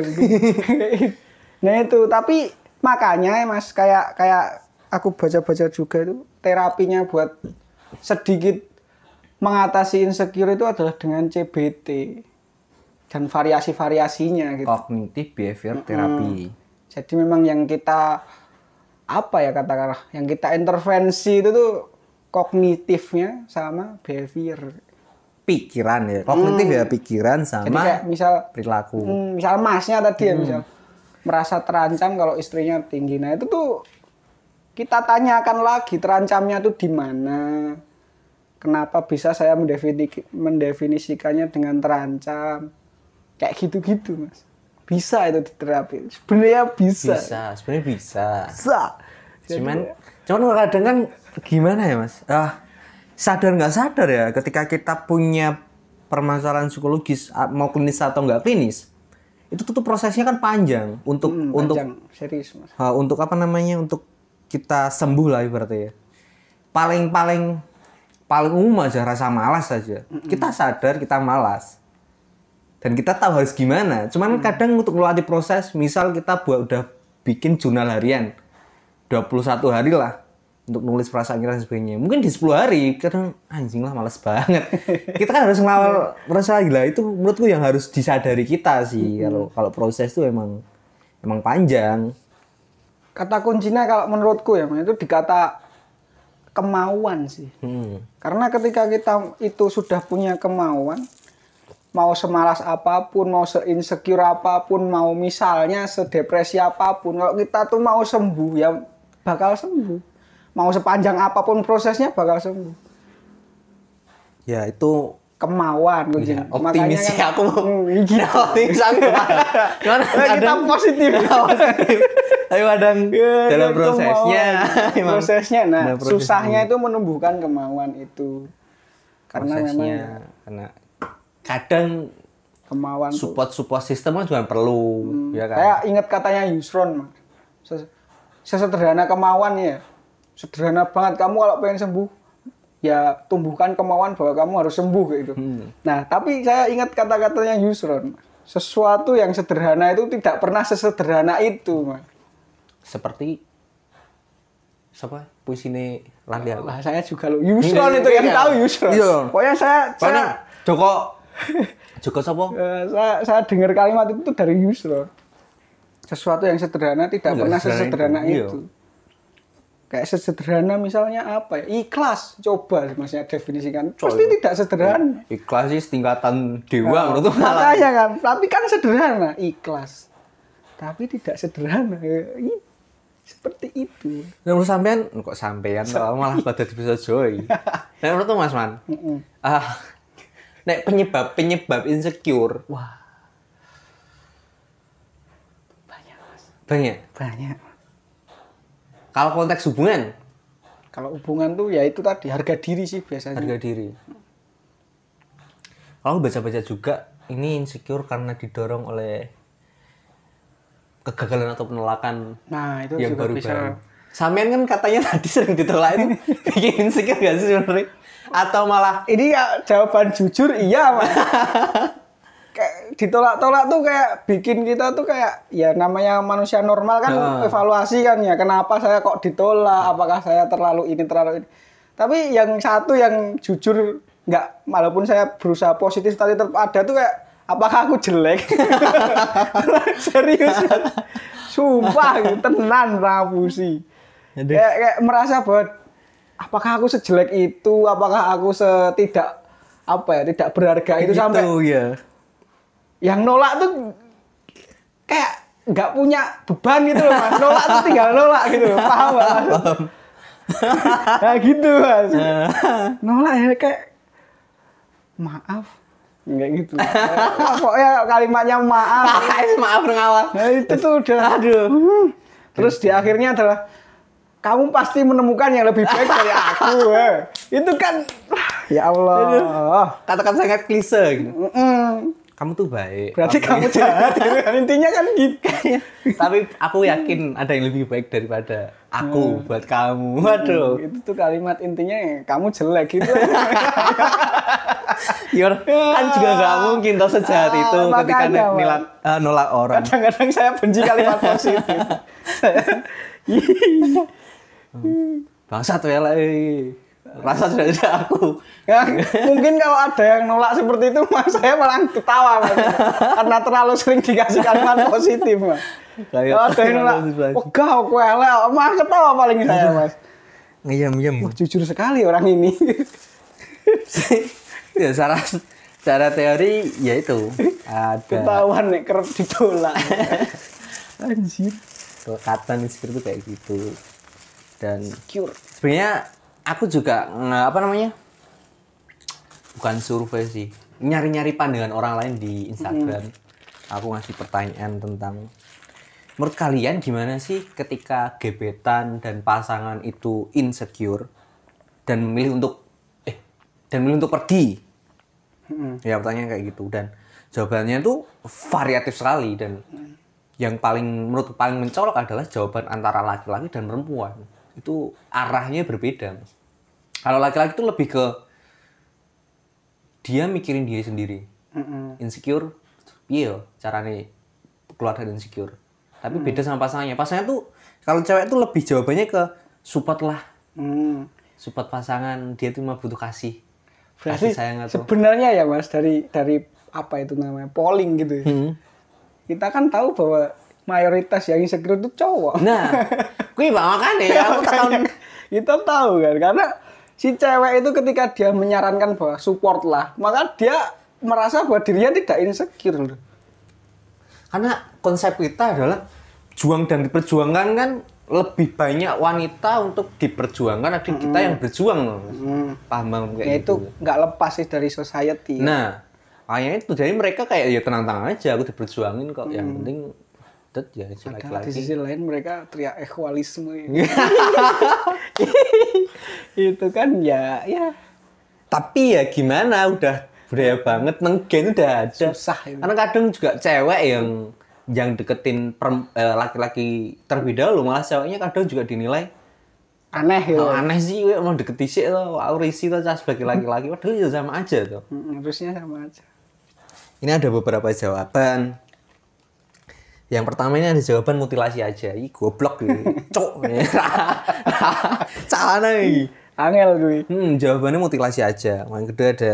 Nah itu, tapi makanya, Mas, kayak kayak aku baca-baca juga itu terapinya buat sedikit mengatasi insecure itu adalah dengan C B T dan variasi-variasinya gitu.
Cognitive behavior therapy.
Jadi memang yang kita apa ya katakanlah, yang kita intervensi itu tuh kognitifnya sama behavior.
Pikiran ya. Kognitif ya pikiran
Jadi
sama
kayak misal
perilaku.
Hmm, misal masnya tadi ya, misal merasa terancam kalau istrinya tinggi. Nah, itu tuh kita tanyakan lagi terancamnya tuh di mana. Kenapa bisa saya mendefini- mendefinisikannya dengan terancam? Kayak gitu-gitu, Mas. Bisa itu diterapi. Sebenarnya bisa.
Bisa, sebenarnya bisa.
Bisa.
Cuman cuman kadang kan gimana ya, Mas? Ah, sadar nggak sadar ya ketika kita punya permasalahan psikologis ah, mau klinis atau nggak klinis itu tuh, tuh prosesnya kan panjang untuk
Hmm,
untuk
panjang. Serius, Mas.
ah, untuk apa namanya untuk kita sembuh lah ibaratnya ya. Paling paling paling umum aja rasa malas saja. Kita sadar kita malas. Dan kita tahu harus gimana. Cuman kadang untuk melatih proses, misal kita buat udah bikin jurnal harian. dua puluh satu hari lah untuk nulis perasaan kita dan sebagainya. Mungkin di sepuluh hari, kadang anjing lah males banget. Kita kan harus ngelawan rasa gila. Itu menurutku yang harus disadari kita sih. Kalau kalau proses itu emang emang panjang.
Kata kuncinya kalau menurutku ya, itu dikata kemauan sih.
Hmm.
Karena ketika kita itu sudah punya kemauan, mau semalas apapun, mau se-insecure apapun, mau misalnya sedepresi apapun, kalau kita tuh mau sembuh ya bakal sembuh. Mau sepanjang apapun prosesnya bakal sembuh.
Ya itu
Kemauan gue
ya, optimis sih
kan,
aku.
Hmm, gitu.
Optimis aku. Cuman
Kita
kadang
positif.
positif. Tapi kadang
Ya,
dalam
itu
prosesnya
kemauan.
emang
prosesnya nah
ada prosesnya.
susahnya itu menumbuhkan kemauan itu. Karena
prosesnya
memang
karena kadang
kemauan tuh.
support support sistem kan juga perlu ya kan.
Kayak ingat katanya Yusron, Mas. Ses- Sesederhana kemauan ya. Sederhana banget, kamu kalau pengen sembuh ya tumbuhkan kemauan bahwa kamu harus sembuh gitu.
Hmm.
Nah, tapi saya ingat kata-katanya Yusron. Sesuatu yang sederhana itu tidak pernah sesederhana itu, Mas.
Seperti siapa puisi ini Landia.
Lah saya juga lo Yusron itu yang
Iya.
tahu Yusron.
Iya.
Pokoknya saya saya
Karena Joko Joko siapa?
eh, saya, saya dengar kalimat itu tuh dari Yusron. Sesuatu yang sederhana tidak
Enggak
pernah
sesederhana
sesederhana
itu.
itu. Kayak sesederhana misalnya apa ya? Ikhlas. Coba maksudnya definisikan. Pasti tidak sederhana.
Ikhlas sih setingkatan dewa menurutku malah.
Makanya kan, tapi kan sederhana, ikhlas. Tapi tidak sederhana. Ya, i- seperti itu.
Nah, menurut sampean kok sampean kok malah pada bisa joy. Nah, menurut Mas Man.
Mm-mm.
Ah, nek penyebab penyebab insecure. Wah,
Banyak, Mas.
banyak.
Banyak.
Kalau konteks hubungan,
Kalau hubungan tuh ya itu tadi harga diri sih biasanya.
harga diri. Kalau aku baca-baca juga, ini insecure karena didorong oleh kegagalan atau penolakan
Nah, itu
yang
juga
baru-baru.
bisa.
Sampean kan katanya tadi sering ditolak itu bikin insecure gak sih sebenarnya? Atau malah
Ini ya jawaban jujur iya, Mas. Kayak ditolak-tolak tuh kayak bikin kita tuh kayak ya namanya manusia normal kan
Nah.
evaluasi kan ya. Kenapa saya kok ditolak? Apakah saya terlalu ini terlalu ini? Tapi yang satu yang jujur nggak, walaupun saya berusaha positif tapi tetap ada tuh kayak apakah aku jelek? Serius. Sumpah gitu, tenan Rabusi.
Aduh.
Kayak, kayak merasa bahwa apakah aku sejelek itu? Apakah aku setidak apa ya, tidak berharga itu
gitu,
sampai
ya.
yang nolak tuh kayak nggak punya beban gitu loh, Mas. Nolak tuh tinggal nolak gitu loh. Paham nggak, Mas? Nah gitu, Mas. Nolak ya kayak maaf. Enggak gitu. Wah, pokoknya kalimatnya maaf.
Maaf ngawal.
Nah itu tuh udah.
Aduh.
Hmm. Terus di akhirnya adalah kamu pasti menemukan yang lebih baik dari aku. eh. Itu kan ya Allah.
Katakan sangat klise gitu.
Mm-mm.
Kamu tuh baik.
Berarti kamu jahat gitu kan. Intinya kan gitu.
Tapi aku yakin ada yang lebih baik daripada aku buat kamu. Waduh.
Itu tuh kalimat intinya ya, kamu jelek gitu.
Yor, kan juga gak mungkin tau sejahat
Ah,
itu ketika
makanya, Mas.
nilak, eh, nolak orang.
Kadang-kadang saya benci kalimat positif.
Bangsat ya lah. eh. Rasa sudah tidak aku.
Ya, mungkin kalau ada yang nolak seperti itu, Mas, saya malah ketawa, Mas. Karena terlalu sering dikasih kalimat positif, Mas.
Kayak
Kalau ada yang nolak, oh gak, aku elek, malah ketawa paling saya, Mas.
ngeyem-yem.
Wah, jujur sekali orang ini.
Ya, secara secara teori ya itu ada
Ketahuan nih, kerap ditolak. Anjir.
kelekatan insecure itu kayak gitu. Dan
Cure.
sebenarnya aku juga nge- apa namanya? Bukan survei sih. Nyari-nyari pandangan orang lain di Instagram. Aku ngasih pertanyaan tentang menurut kalian gimana sih ketika gebetan dan pasangan itu insecure dan memilih untuk eh dan memilih untuk pergi. Ya pertanyaan kayak gitu dan jawabannya itu variatif sekali dan yang paling menurut paling mencolok adalah jawaban antara laki-laki dan perempuan. Itu arahnya berbeda. Mas. Kalau laki-laki itu lebih ke dia mikirin diri sendiri.
Mm-mm.
Insecure, iya caranya keluar dari insecure. Tapi beda sama pasangannya. Pasangannya tuh kalau cewek tuh lebih jawabannya ke support lah.
Hmm.
Support pasangan, dia tuh cuma butuh kasih.
Berarti
Kasih sayang atau
sebenarnya ya Mas dari dari apa itu namanya polling gitu ya.
Hmm.
Kita kan tahu bahwa mayoritas yang insecure itu cowok.
Nah, kuwi makanya ya aku tahun
Kita tahu kan karena si cewek itu ketika dia menyarankan bahwa support lah, maka dia merasa bahwa dirinya tidak insecure loh.
karena konsep kita adalah juang dan diperjuangkan kan lebih banyak wanita untuk diperjuangkan ada kita yang berjuang loh.
Hmm.
Paham kayak
Ya itu
gitu.
nggak lepas sih dari society. Ya.
Nah, kayaknya itu jadi mereka kayak ya tenang-tenang aja aku diperjuangin kok. Yang penting det ya si
Padahal di
laki-laki.
sisi lain mereka teriak equalisme. Itu kan ya ya
Tapi ya gimana udah budaya banget nenggen udah ada.
susah itu.
Karena kadang juga cewek yang yang deketin perem- eh, laki-laki terlebih dahulu malah ceweknya kadang juga dinilai
Aneh gitu.
oh, aneh sih gue mau deket sih lo aku risih tuh sebagai laki-laki padahal ya sama aja tuh.
Hmm, harusnya sama aja.
Ini ada beberapa jawaban. Yang pertama ini ada jawaban mutilasi aja. Ih goblok gitu. Cok. Celana iki.
Angel gue.
Hmm, jawabannya mutilasi aja. Yang kedua ada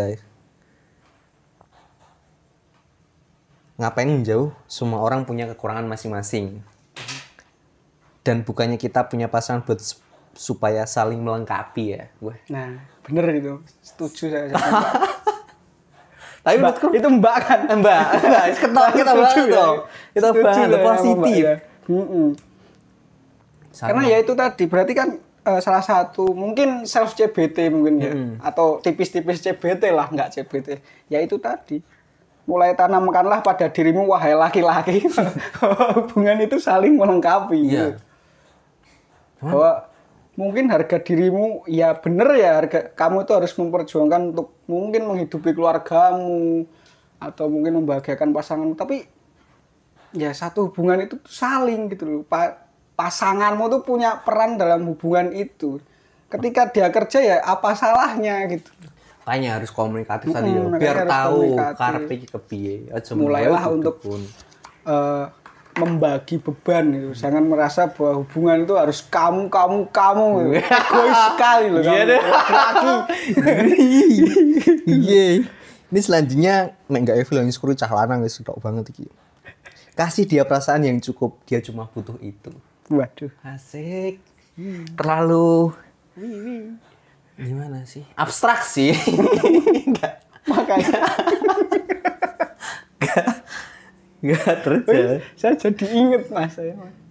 ngapain menjauh? Semua orang punya kekurangan masing-masing. Dan bukannya kita punya pasangan buat s- supaya saling melengkapi ya. Wah.
Nah, bener itu. Setuju saya. sama Mbak.
Tapi
Mbak,
menurutku
itu Mbak kan.
Mbak, Mbak, ketok kita
Setuju
banget
ya.
tuh. Kita
Setuju
banget
lah sama
positif.
Mbak ya. Mm-mm. Karena ya itu tadi berarti kan eh, salah satu mungkin self C B T mungkin ya atau tipis-tipis C B T lah nggak C B T ya itu tadi mulai tanamkanlah pada dirimu wahai laki-laki hubungan itu saling melengkapi
Iya.
gitu. Bahwa mungkin harga dirimu ya bener ya harga kamu itu harus memperjuangkan untuk mungkin menghidupi keluargamu atau mungkin membahagiakan pasanganmu tapi ya satu hubungan itu tuh saling gitu loh. Pa- pasanganmu tuh punya peran dalam hubungan itu. Ketika dia kerja ya apa salahnya gitu.
Makanya harus komunikatif tadi ya.
Mm-mm, makanya
Biar
harus
tahu
komunikatif.
karepe iki kepiye. Aja
Mulailah
mulai
untuk
pun.
eh, membagi beban gitu. Jangan merasa bahwa hubungan itu harus kamu kamu kamu gitu. Egois sekali loh
Iya
kamu.
deh.
Laki.
Iya. Ini selanjutnya mek enggak Evil yang skru cah lanang wis tok banget iki. Kasih dia perasaan yang cukup, dia cuma butuh itu.
Waduh.
Asik. Terlalu gimana sih? Abstrak sih. Enggak.
Makanya
Enggak terjadi.
saya jadi inget mas saya.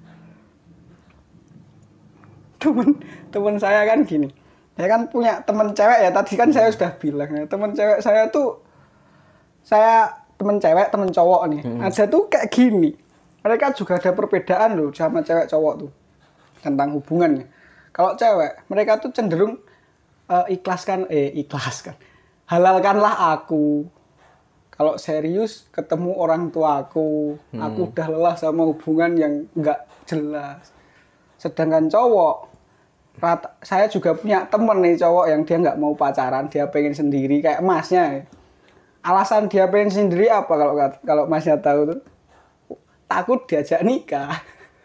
Temen temen saya kan gini. Saya kan punya temen cewek ya. Tadi kan saya sudah bilang ya. Temen cewek saya tuh saya temen cewek temen cowok nih. Ada tuh kayak gini. Mereka juga ada perbedaan loh sama cewek cowok tuh tentang hubungannya. Kalau cewek mereka tuh cenderung eh, ikhlaskan eh ikhlaskan. Halalkanlah aku. Kalau serius ketemu orang tuaku, aku udah lelah sama hubungan yang nggak jelas. Sedangkan cowok, rata, saya juga punya temen nih cowok yang dia nggak mau pacaran, dia pengen sendiri kayak masnya. Alasan dia pengen sendiri apa kalau kalau masnya tahu tuh? Takut diajak nikah.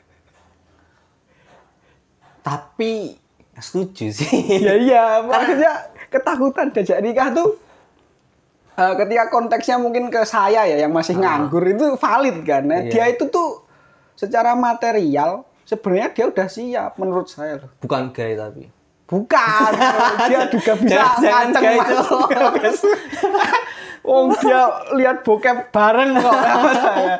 Tapi setuju sih.
Ya iya, maksudnya ketakutan diajak nikah tuh uh, ketika konteksnya mungkin ke saya ya yang masih nganggur itu valid kan. Nah,
Iya.
dia itu tuh secara material sebenarnya dia udah siap menurut saya loh.
Bukan gay tapi.
Bukan, dia juga bisa
Jangan- jangan
ngaceng
kayak
mas. Wong dia lihat bokep bareng kok sama saya.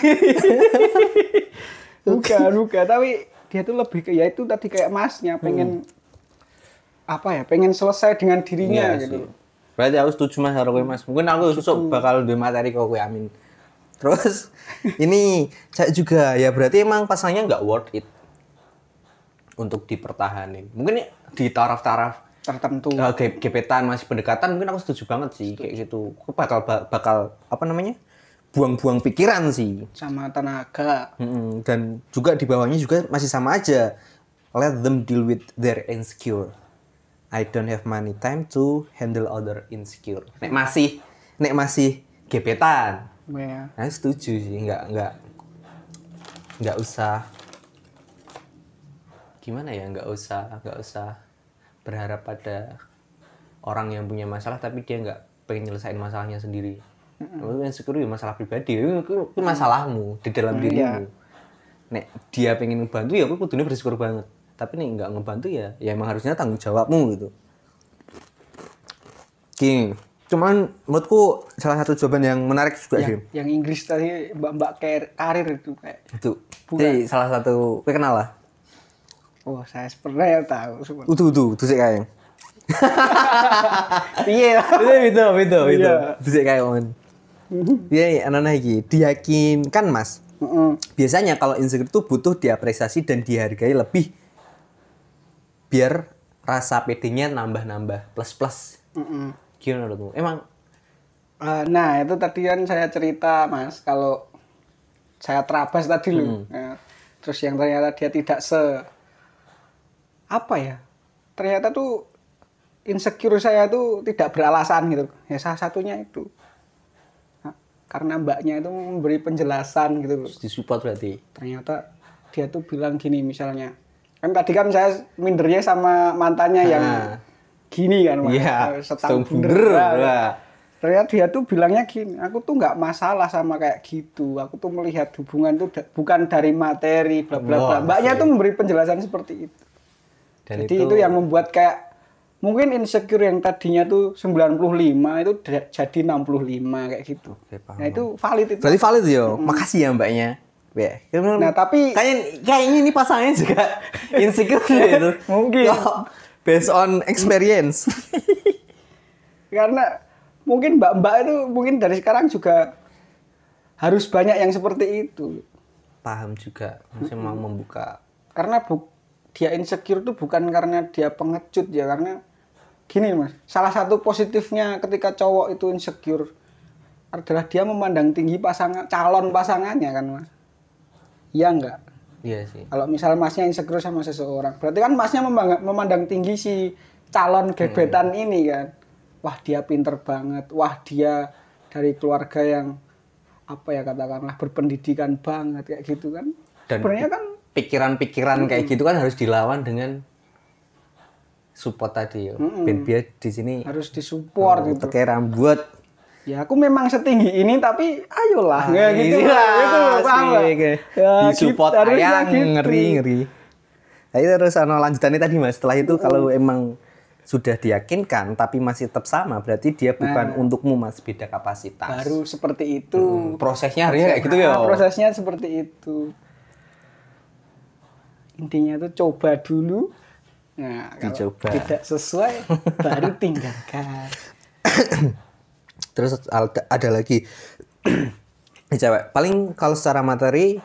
Bukan, bukan, tapi dia tuh lebih ke ya itu tadi kayak masnya pengen apa ya, pengen selesai dengan dirinya
Iya
gitu.
sih. Berarti aku setuju mas karo kowe mas. Mungkin aku besok bakal duwe materi kok kowe amin. Terus ini saya juga ya berarti emang pasangannya nggak worth it untuk dipertahanin. Mungkin di taraf-taraf
Tertentu.
uh, ge- gebetan masih pendekatan mungkin aku setuju banget sih kayak gitu. Aku bakal bakal apa namanya? Buang-buang pikiran sih.
Sama tenaga.
Mm-mm. Dan juga di bawahnya juga masih sama aja. Let them deal with their insecure. I don't have money time to handle other insecure. Nek masih nek masih gebetan.
Ya.
Nah, setuju sih, nggak nggak nggak usah gimana ya, nggak usah nggak usah berharap pada orang yang punya masalah tapi dia nggak pengen nyelesain masalahnya sendiri. Itu insecure ya masalah pribadi, itu, itu masalahmu di dalam
Hmm,
dirimu.
iya.
Nek dia pengen ngebantu ya aku kudunya bersyukur banget, tapi nih nggak ngebantu ya ya emang harusnya tanggung jawabmu gitu. King, cuman menurutku salah satu jawaban yang menarik juga sih.
Yang, yang Inggris tadi mbak-mbak ker- karir itu kayak.
Itu.
Bukan.
Jadi salah satu, kowe kenal lah.
Oh, saya sebenarnya tahu sebenarnya.
Utuh utuh, utuh sik kae.
Iya.
Itu itu itu itu.
Iya.
Utuh sik kae mon. Iya, anak-anak iki diyakinkan Mas.
Heeh.
Biasanya kalau insecure itu butuh diapresiasi dan dihargai lebih biar rasa pedenya nambah-nambah plus-plus.
Heeh.
Gimana menurutmu? Emang
Uh, nah, itu tadi kan saya cerita, Mas, kalau saya terabas tadi loh. Ya. Terus yang ternyata dia tidak se apa ya? Ternyata tuh insecure saya tuh tidak beralasan gitu. Ya salah satunya itu. Nah, karena mbaknya itu memberi penjelasan gitu loh.
disupport berarti.
Ternyata dia tuh bilang gini misalnya. Kan tadi kan saya mindernya sama mantannya yang
Nah.
gini kan, Mas.
Iya,
Setang
setang
bener.
bener.
Nah,
Wah.
ternyata dia tuh bilangnya gini, aku tuh nggak masalah sama kayak gitu. Aku tuh melihat hubungan tuh da- bukan dari materi, bla bla bla.
Wah,
Mbaknya
sih.
tuh memberi penjelasan seperti itu.
Dan
Jadi itu, yang membuat kayak mungkin insecure yang tadinya tuh sembilan puluh lima itu da- jadi enam puluh lima kayak gitu.
Oke, paham.
Nah, itu valid itu.
Berarti valid yo. Makasih ya mbaknya. Ya.
Nah, tapi
kayaknya kayaknya ini pasangannya juga insecure gitu.
Mungkin.
Oh, based on experience.
karena mungkin mbak-mbak itu mungkin dari sekarang juga harus banyak yang seperti itu.
Paham juga. Maksudnya mau membuka.
Karena bu, dia insecure itu bukan karena dia pengecut ya, karena gini Mas, salah satu positifnya ketika cowok itu insecure adalah dia memandang tinggi pasangan calon pasangannya kan Mas. Iya enggak?
Iya sih.
Kalau misal Masnya insecure sama seseorang, berarti kan Masnya memandang, memandang tinggi si calon gebetan hmm. ini kan. Wah, dia pinter banget. Wah, dia dari keluarga yang apa ya katakanlah berpendidikan banget kayak gitu kan.
Dan
sebenarnya kan
pikiran-pikiran hmm. kayak gitu kan harus dilawan dengan support tadi.
Hmm.
Ben biar di sini
harus disupport
oh,
gitu.
Pakai rambut.
Ya aku memang setinggi ini tapi ayolah
ah,
ya gitu lah gitu paham
ya, disupport gitu, ayang gitu. ngeri ngeri. Nah, itu terus ano lanjutannya tadi Mas. Setelah itu hmm. kalau emang sudah diyakinkan tapi masih tetap sama berarti dia bukan nah, untukmu Mas, beda kapasitas.
Baru seperti itu.
Hmm, prosesnya harusnya kayak gitu ya.
Nah, prosesnya seperti itu. Intinya tuh coba dulu. Nah, kalau
dicoba.
Tidak sesuai baru tinggalkan.
Terus ada lagi cewek paling kalau secara materi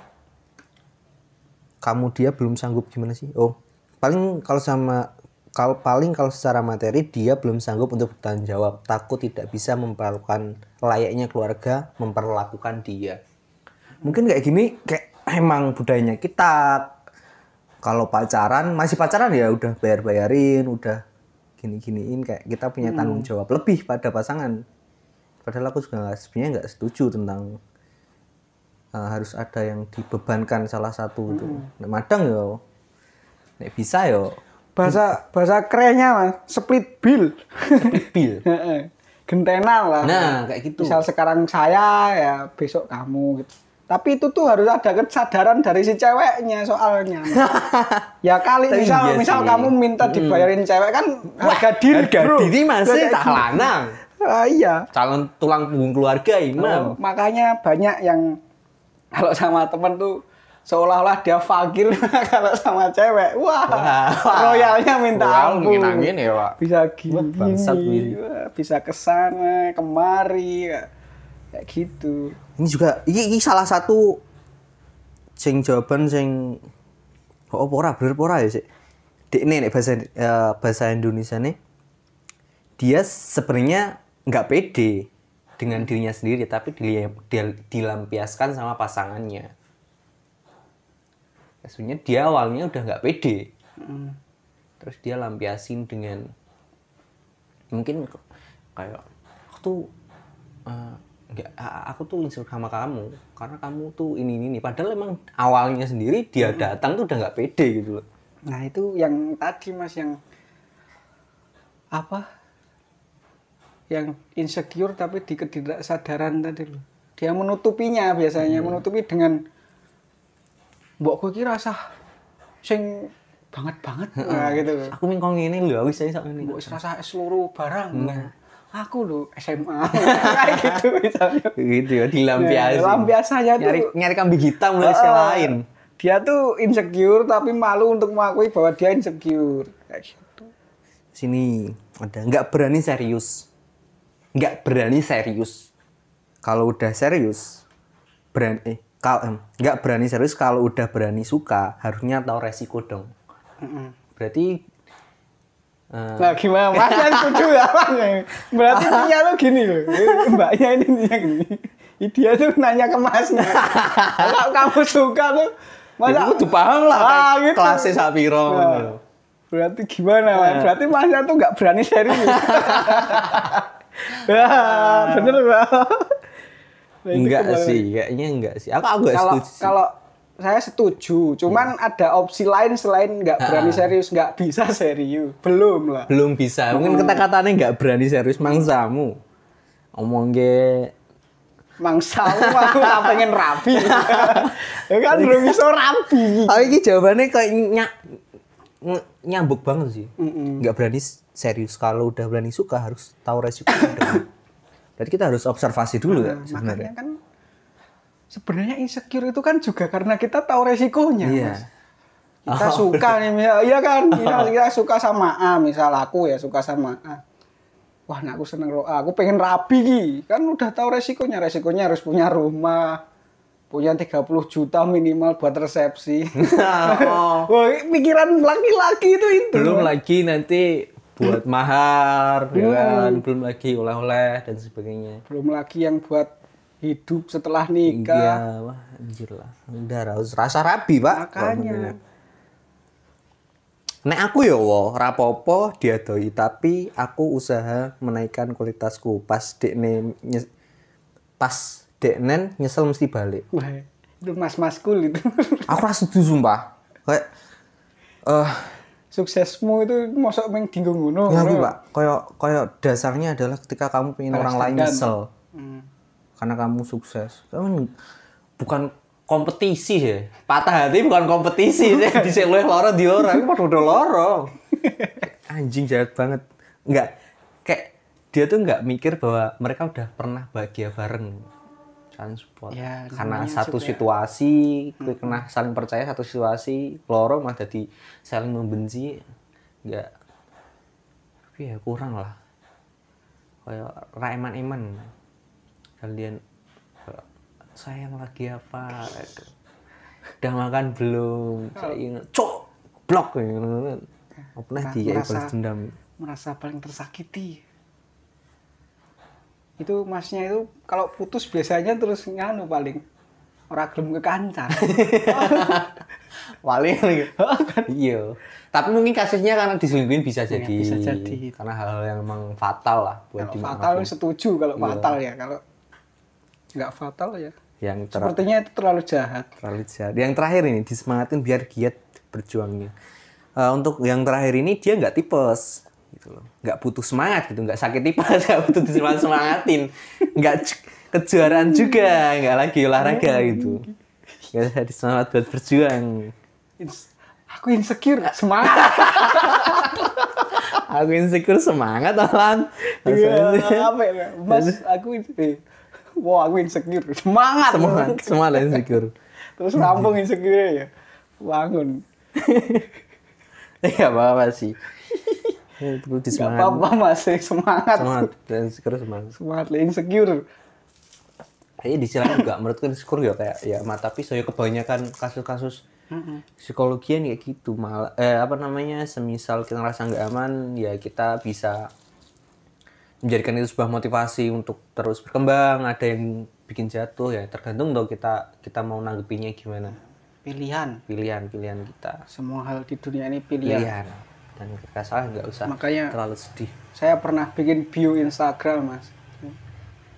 kamu dia belum sanggup gimana sih? Oh, paling kalau sama kalau paling kalau secara materi dia belum sanggup untuk bertanggung jawab, takut tidak bisa memperlakukan layaknya keluarga memperlakukan dia. Mungkin kayak gini kayak emang budayanya kita kalau pacaran masih pacaran ya udah bayar-bayarin, udah gini-giniin kayak kita punya tanggung jawab hmm. lebih pada pasangan. Padahal aku juga sebenarnya nggak setuju tentang uh, harus ada yang dibebankan salah satu itu. Hmm. Nek madang yo, nek bisa yo.
Bahasa bahasa kerennya Mas, split bill.
Split bill.
Gentenan lah.
Nah, kayak gitu.
Misal sekarang saya ya besok kamu gitu. Tapi itu tuh harus ada kesadaran dari si ceweknya soalnya. Ya kali misal iya misal sih. Kamu minta dibayarin hmm. cewek kan harga diri.
Harga
bro.
diri masih tak lanang.
Ah, iya.
Calon tulang punggung keluarga imam.
Oh, makanya banyak yang kalau sama temen tuh seolah-olah dia fakir kalau sama cewek. Wah, wah. Royalnya minta
wow,
ampun.
Angin ya, Pak.
Bisa gini, wah, bisa kesana, kemari, kayak gitu.
Ini juga, ini, ini salah satu sing jawaban sing kok oh, ora bener ora ya sih. Dek ini nih bahasa uh, bahasa Indonesia nih. Dia sebenarnya nggak pede dengan dirinya sendiri, tapi dilampiaskan sama pasangannya. Sebenarnya dia awalnya udah nggak pede, mm. terus dia lampiasin dengan mungkin kayak aku tuh uh, nggak, a- aku tuh insecure sama kamu karena kamu tuh ini ini, ini. Padahal emang awalnya sendiri dia datang tuh udah nggak pede gitu loh.
Nah itu yang tadi mas, yang apa, yang insecure tapi di ketidaksadaran tadi loh. Dia menutupinya biasanya, hmm. menutupi dengan mbok kowe iki rasah sing banget-banget. Nah gitu.
Aku mingkong ini lho, aku saya sak ini.
Mbok rasah seluruh barang. Nah. Aku loh S M A kayak gitu misalnya.
Gitu ya, dilampiasi.
Nah, lampiasannya tuh
nyari nyari kambing hitam lah uh, lain.
Dia tuh insecure tapi malu untuk mengakui bahwa dia insecure. Kayak gitu.
Sini ada nggak berani serius. Nggak berani serius. Kalau udah serius berani eh, kalau nggak berani serius, kalau udah berani suka harusnya tahu resiko dong. Mm-mm. Berarti uh...
nah gimana mas, kan setuju ya mas? Berarti dia lo gini loh, mbaknya ini dia gini. Dia tuh nanya ke masnya, kalau kamu suka tuh masa
aku tuh paham lah ah, gitu. Kelasnya Sapiro.
Nah, berarti gimana mas? Berarti masnya tuh nggak berani serius. Ya, bener Pak. Nah,
enggak sih, kayaknya enggak sih. Aku agak
kalau,
setuju sih.
Kalau saya setuju, cuman hmm. ada opsi lain selain nggak berani serius, nggak bisa serius. Belum lah.
Belum bisa. Mungkin hmm. kata-katanya nggak berani serius, mangsamu. Omong ge
mangsamu aku tak pengen rapi. Ya kan belum bisa rapi.
Tapi ini jawabannya kayak ny- nyambuk banget sih.
Mm-mm.
Nggak berani serius, kalau udah berani suka harus tahu resiko. Berarti kita harus observasi dulu nah, ya sebenarnya.
Makanya kan sebenarnya insecure itu kan juga karena kita tahu resikonya.
Iya.
Mas. Kita oh, suka nih, iya kan? Kita, kita suka sama A, misal aku ya suka sama A. Wah, nah aku seneng A, aku pengen rapi ki. Kan udah tahu resikonya, resikonya harus punya rumah, punya tiga puluh juta minimal buat resepsi. Oh. Wah, pikiran laki-laki itu itu.
Belum lagi nanti buat mahar, hmm. ya kan? Belum lagi oleh-oleh dan sebagainya.
Belum lagi yang buat hidup setelah nikah.
Iya, wah anjir lah. Udah harus rasa rabi, Pak.
Makanya.
Nek aku ya wo, rapopo diadoi, tapi aku usaha menaikkan kualitasku. Pas dekne nyes, pas deknen nyesel mesti balik.
Wah, itu mas-maskul itu.
Aku rasa setuju sumpah. Kayak eh uh,
suksesmu itu mosok meng dinggo ngono.
Ya Pak, kayak kayak dasarnya adalah ketika kamu pengen orang lain nyesel. Hmm. Karena kamu sukses. Kamu bukan kompetisi ya. Patah hati bukan kompetisi sih. Dhisik luwih lara di ora, iku padha lara. Anjing jahat banget. Enggak, kayak dia tuh enggak mikir bahwa mereka udah pernah bahagia bareng. Saling support. Ya, karena satu juga. Situasi, hmm. kena saling percaya satu situasi, loro mah jadi saling membenci. Enggak. Tapi ya kurang lah. Kayak ra eman-eman. Kalian sayang lagi apa? Udah makan belum? Saya ingat, cok, blok gitu. Pernah dia balas dendam.
Merasa paling tersakiti. Itu masnya itu kalau putus biasanya terus nganu paling ora gelem kekancan.
Paling iya. Tapi mungkin kasusnya karena diselingkuhin bisa jadi. Ya,
bisa jadi.
Karena hal-hal yang memang fatal lah buat
dimaafin. Fatal setuju kalau iya. Fatal ya. Kalau nggak fatal ya. Yang ter- sepertinya itu terlalu jahat.
Terlalu jahat. Yang terakhir ini disemangatin biar giat berjuangnya. Uh, untuk yang terakhir ini dia nggak tipes, gitu loh. Nggak butuh semangat gitu, nggak sakit tipes, nggak butuh disemangat semangatin, nggak kejuaraan juga, nggak lagi olahraga gitu. Nggak ada semangat buat berjuang.
Aku insecure, semangat.
Aku insecure semangat Alan.
Iya, apa ya? Mas, aku insecure. Wah, aku insecure. Semangat.
Semangat, semangat insecure.
Terus rampung insecure ya. Bangun.
Ya apa-apa sih. Itu
disemangat. Gak apa-apa Mas, semangat.
Semangat, insecure semangat.
Semangat lah insecure.
Iya di sini juga menurutku insecure ya kayak ya mata pisau ya kebanyakan kasus-kasus mm-hmm. psikologian kayak gitu malah eh apa namanya semisal kita ngerasa nggak aman ya kita bisa menjadikan itu sebuah motivasi untuk terus berkembang. Ada yang bikin jatuh ya tergantung tuh kita kita mau nanggepinnya gimana.
Pilihan.
Pilihan pilihan kita.
Semua hal di dunia ini pilihan.
Pilihan. Dan ketika salah nggak usah
makanya
terlalu sedih.
Saya pernah bikin bio Instagram Mas.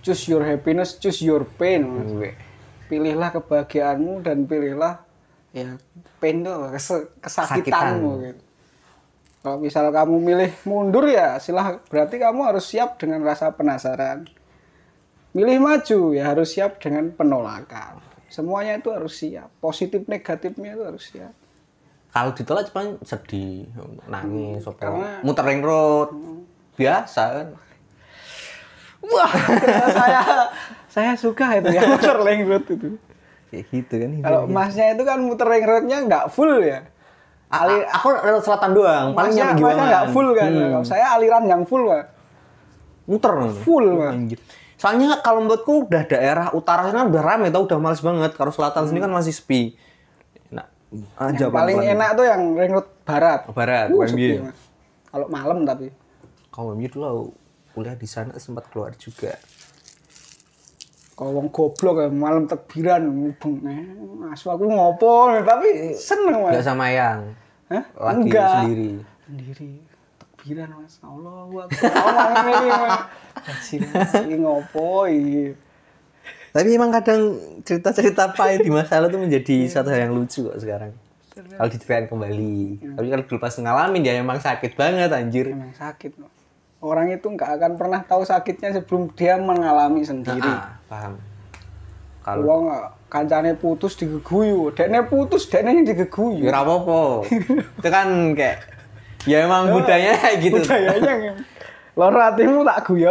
choose your happiness, choose your pain. Mas. Pilihlah kebahagiaanmu dan pilihlah ya pain itu kes- kesakitanmu gitu. Kalau misal kamu milih mundur ya silah berarti kamu harus siap dengan rasa penasaran. Milih maju ya harus siap dengan penolakan. Semuanya itu harus siap. Positif negatifnya itu harus siap.
Kalau ditolak cuma sedih, nangis, hmm,
karena
muter ring road, hmm. biasa kan.
Wah, saya saya suka itu ya muter ring road itu.
Kayak gitu kan.
Kalau masnya itu kan muter ring roadnya nggak full ya.
Ali, aku lewat selatan doang, paling nyampe gimana?
Masnya nggak full kan. Hmm. Kalau saya aliran yang full Pak.
Muter
full Pak.
Soalnya kalau menurutku udah daerah utara sana udah rame tau, udah males banget. Kalau selatan hmm. sini kan masih sepi.
Yang paling pelan enak tuh yang ring road barat.
Barat,
uh, sepi, kalau malam tapi.
Kalau W M Y dulu kuliah di sana sempat keluar juga.
Kalau wong goblok ya malam takbiran mubeng. Mas aku ngopo tapi seneng Mas.
Enggak sama yang.
Hah?
Lagi
enggak.
Sendiri.
Sendiri. Takbiran Mas. Allahu Akbar. Omong ini Mas. Ini ngopo iki.
Tapi emang kadang cerita-cerita pahit di masa lalu tuh menjadi satu hal yang lucu kok sekarang. Kalau diceritain kembali. Ya. Tapi kalau dulu pas ngalamin dia emang sakit banget anjir.
Emang sakit. Orang itu nggak akan pernah tahu sakitnya sebelum dia mengalami sendiri.
Nah, paham.
Kalau uang kancane putus digeguyu, dekne putus dekne yang digeguyu.
Ya apa-apa. Itu kan kayak ya emang budayanya kayak gitu.
Budayanya. Loro hatimu tak guyon.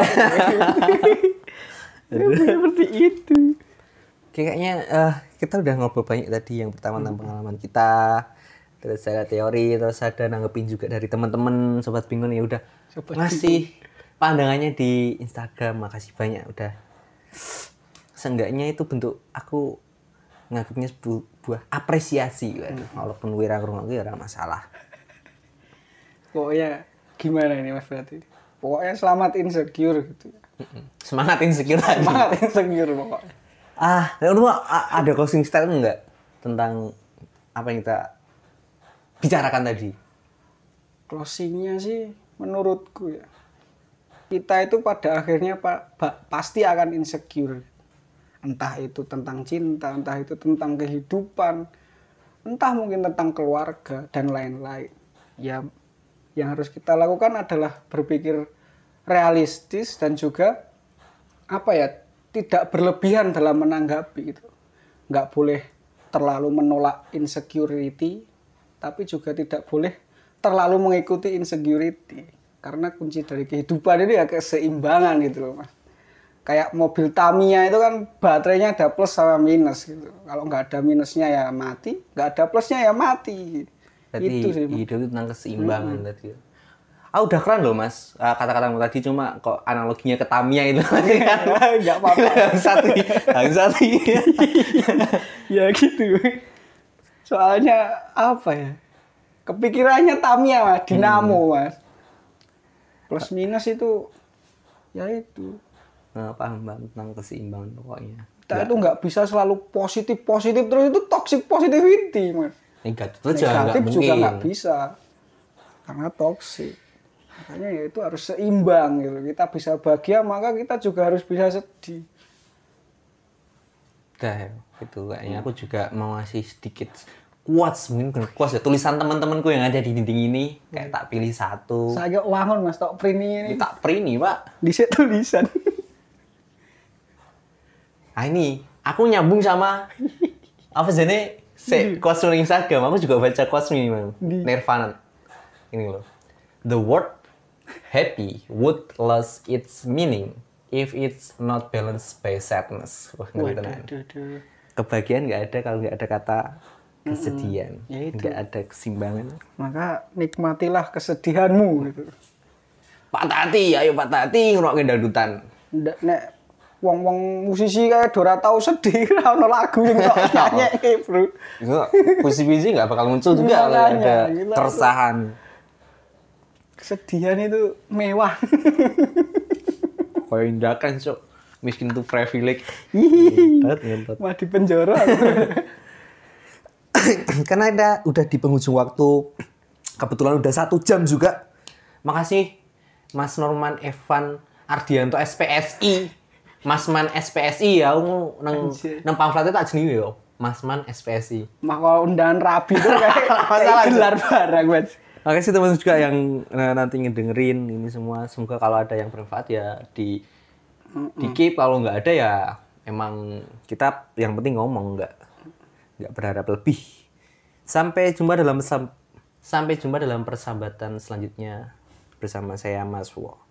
Seperti itu.
Kayaknya uh, kita udah ngobrol banyak tadi. Yang pertama tentang pengalaman kita, terus ada teori, terus ada nanggepin juga dari teman-teman sobat bingung ya udah ngasih pandangannya di Instagram. Makasih banyak udah. Seenggaknya itu bentuk aku nganggapnya sebuah apresiasi. Waduh, walaupun wira kurang ya ora masalah.
Pokoknya gimana ini Mas berarti? Pokoknya selamat insecure gitu.
Semangat insecure lagi.
Semangat insecure pokoknya.
Ah, lu ada closing statement enggak tentang apa yang kita bicarakan tadi?
Closingnya sih menurutku ya. Kita itu pada akhirnya pa, pa, pasti akan insecure. Entah itu tentang cinta, entah itu tentang kehidupan, entah mungkin tentang keluarga dan lain-lain. Ya, yang harus kita lakukan adalah berpikir realistis dan juga apa ya tidak berlebihan dalam menanggapi gitu. Nggak boleh terlalu menolak insecurity, tapi juga tidak boleh terlalu mengikuti insecurity. Karena kunci dari kehidupan ini ya keseimbangan gitu loh Mas. Kayak mobil Tamiya itu kan baterainya ada plus sama minus gitu. Kalau nggak ada minusnya ya mati, nggak ada plusnya ya mati.
Jadi itu sih, hidup itu tentang keseimbangan hmm. tadi. Ah udah keren loh Mas, kata-katamu tadi cuma kok analoginya ke Tamiya itu
nggak apa-apa.
Satu, satu.
Ya gitu. Soalnya apa ya? Kepikirannya Tamiya Mas, dinamo hmm. Mas. Plus minus itu ya itu.
Nah, paham paham tentang keseimbangan pokoknya.
Kita itu nggak bisa selalu positif positif terus itu toxic positivity Mas.
Negatif,
Negatif juga nggak bisa karena toxic. Makanya ya itu harus seimbang gitu. Kita bisa bahagia maka kita juga harus bisa sedih.
Udah itu kayaknya aku juga mau ngasih sedikit quotes, mungkin bukan quotes ya, tulisan teman-temanku yang ada di dinding ini. Kayak tak pilih satu.
Saya wangun Mas, tak prini ini.
Tak prini Pak.
Dhisik tulisan.
Ah ini, aku nyambung sama apa sih ini? Se quotes dari Instagram, aku juga baca quotes ini Bang. Nirvana. Ini loh. The word happy would lose its meaning if it's not balanced by sadness. Wah, ngeri tenan. Kebahagiaan nggak ada kalau nggak ada kata kesedihan. Mm-hmm. Nggak ada keseimbangan.
Maka nikmatilah kesedihanmu gitu.
Pak Tati, ayo Pak Tati ngrungokke dangdutan.
Ndak nek wong-wong musisi kayak Dora tau sedih ora ono lagu sing tok nyanyeke, Bro.
Itu puisi-puisi nggak bakal muncul juga kalau ada keresahan.
Kesedihan itu mewah.
Kayak indakan sok miskin tuh privilege.
Ngentot. Mah di penjara.
Karena ada udah di penghujung waktu. Kebetulan udah satu jam juga. Makasih Mas Norman Evan Ardianto S P S I Masman S P S I ya, aku nang
Anjir.
nang pamfletnya tak jenenge yo. Masman S P S I.
Mah kalau undangan rabi itu kayak kayak gelar barang, Mas.
Oke sih teman juga yang eh, nanti ngedengerin ini semua. Semoga kalau ada yang bermanfaat ya di di keep, kalau nggak ada ya emang kita yang penting ngomong, nggak nggak berharap lebih. Sampai jumpa dalam sam- sampai jumpa dalam persahabatan selanjutnya bersama saya Mas Wo.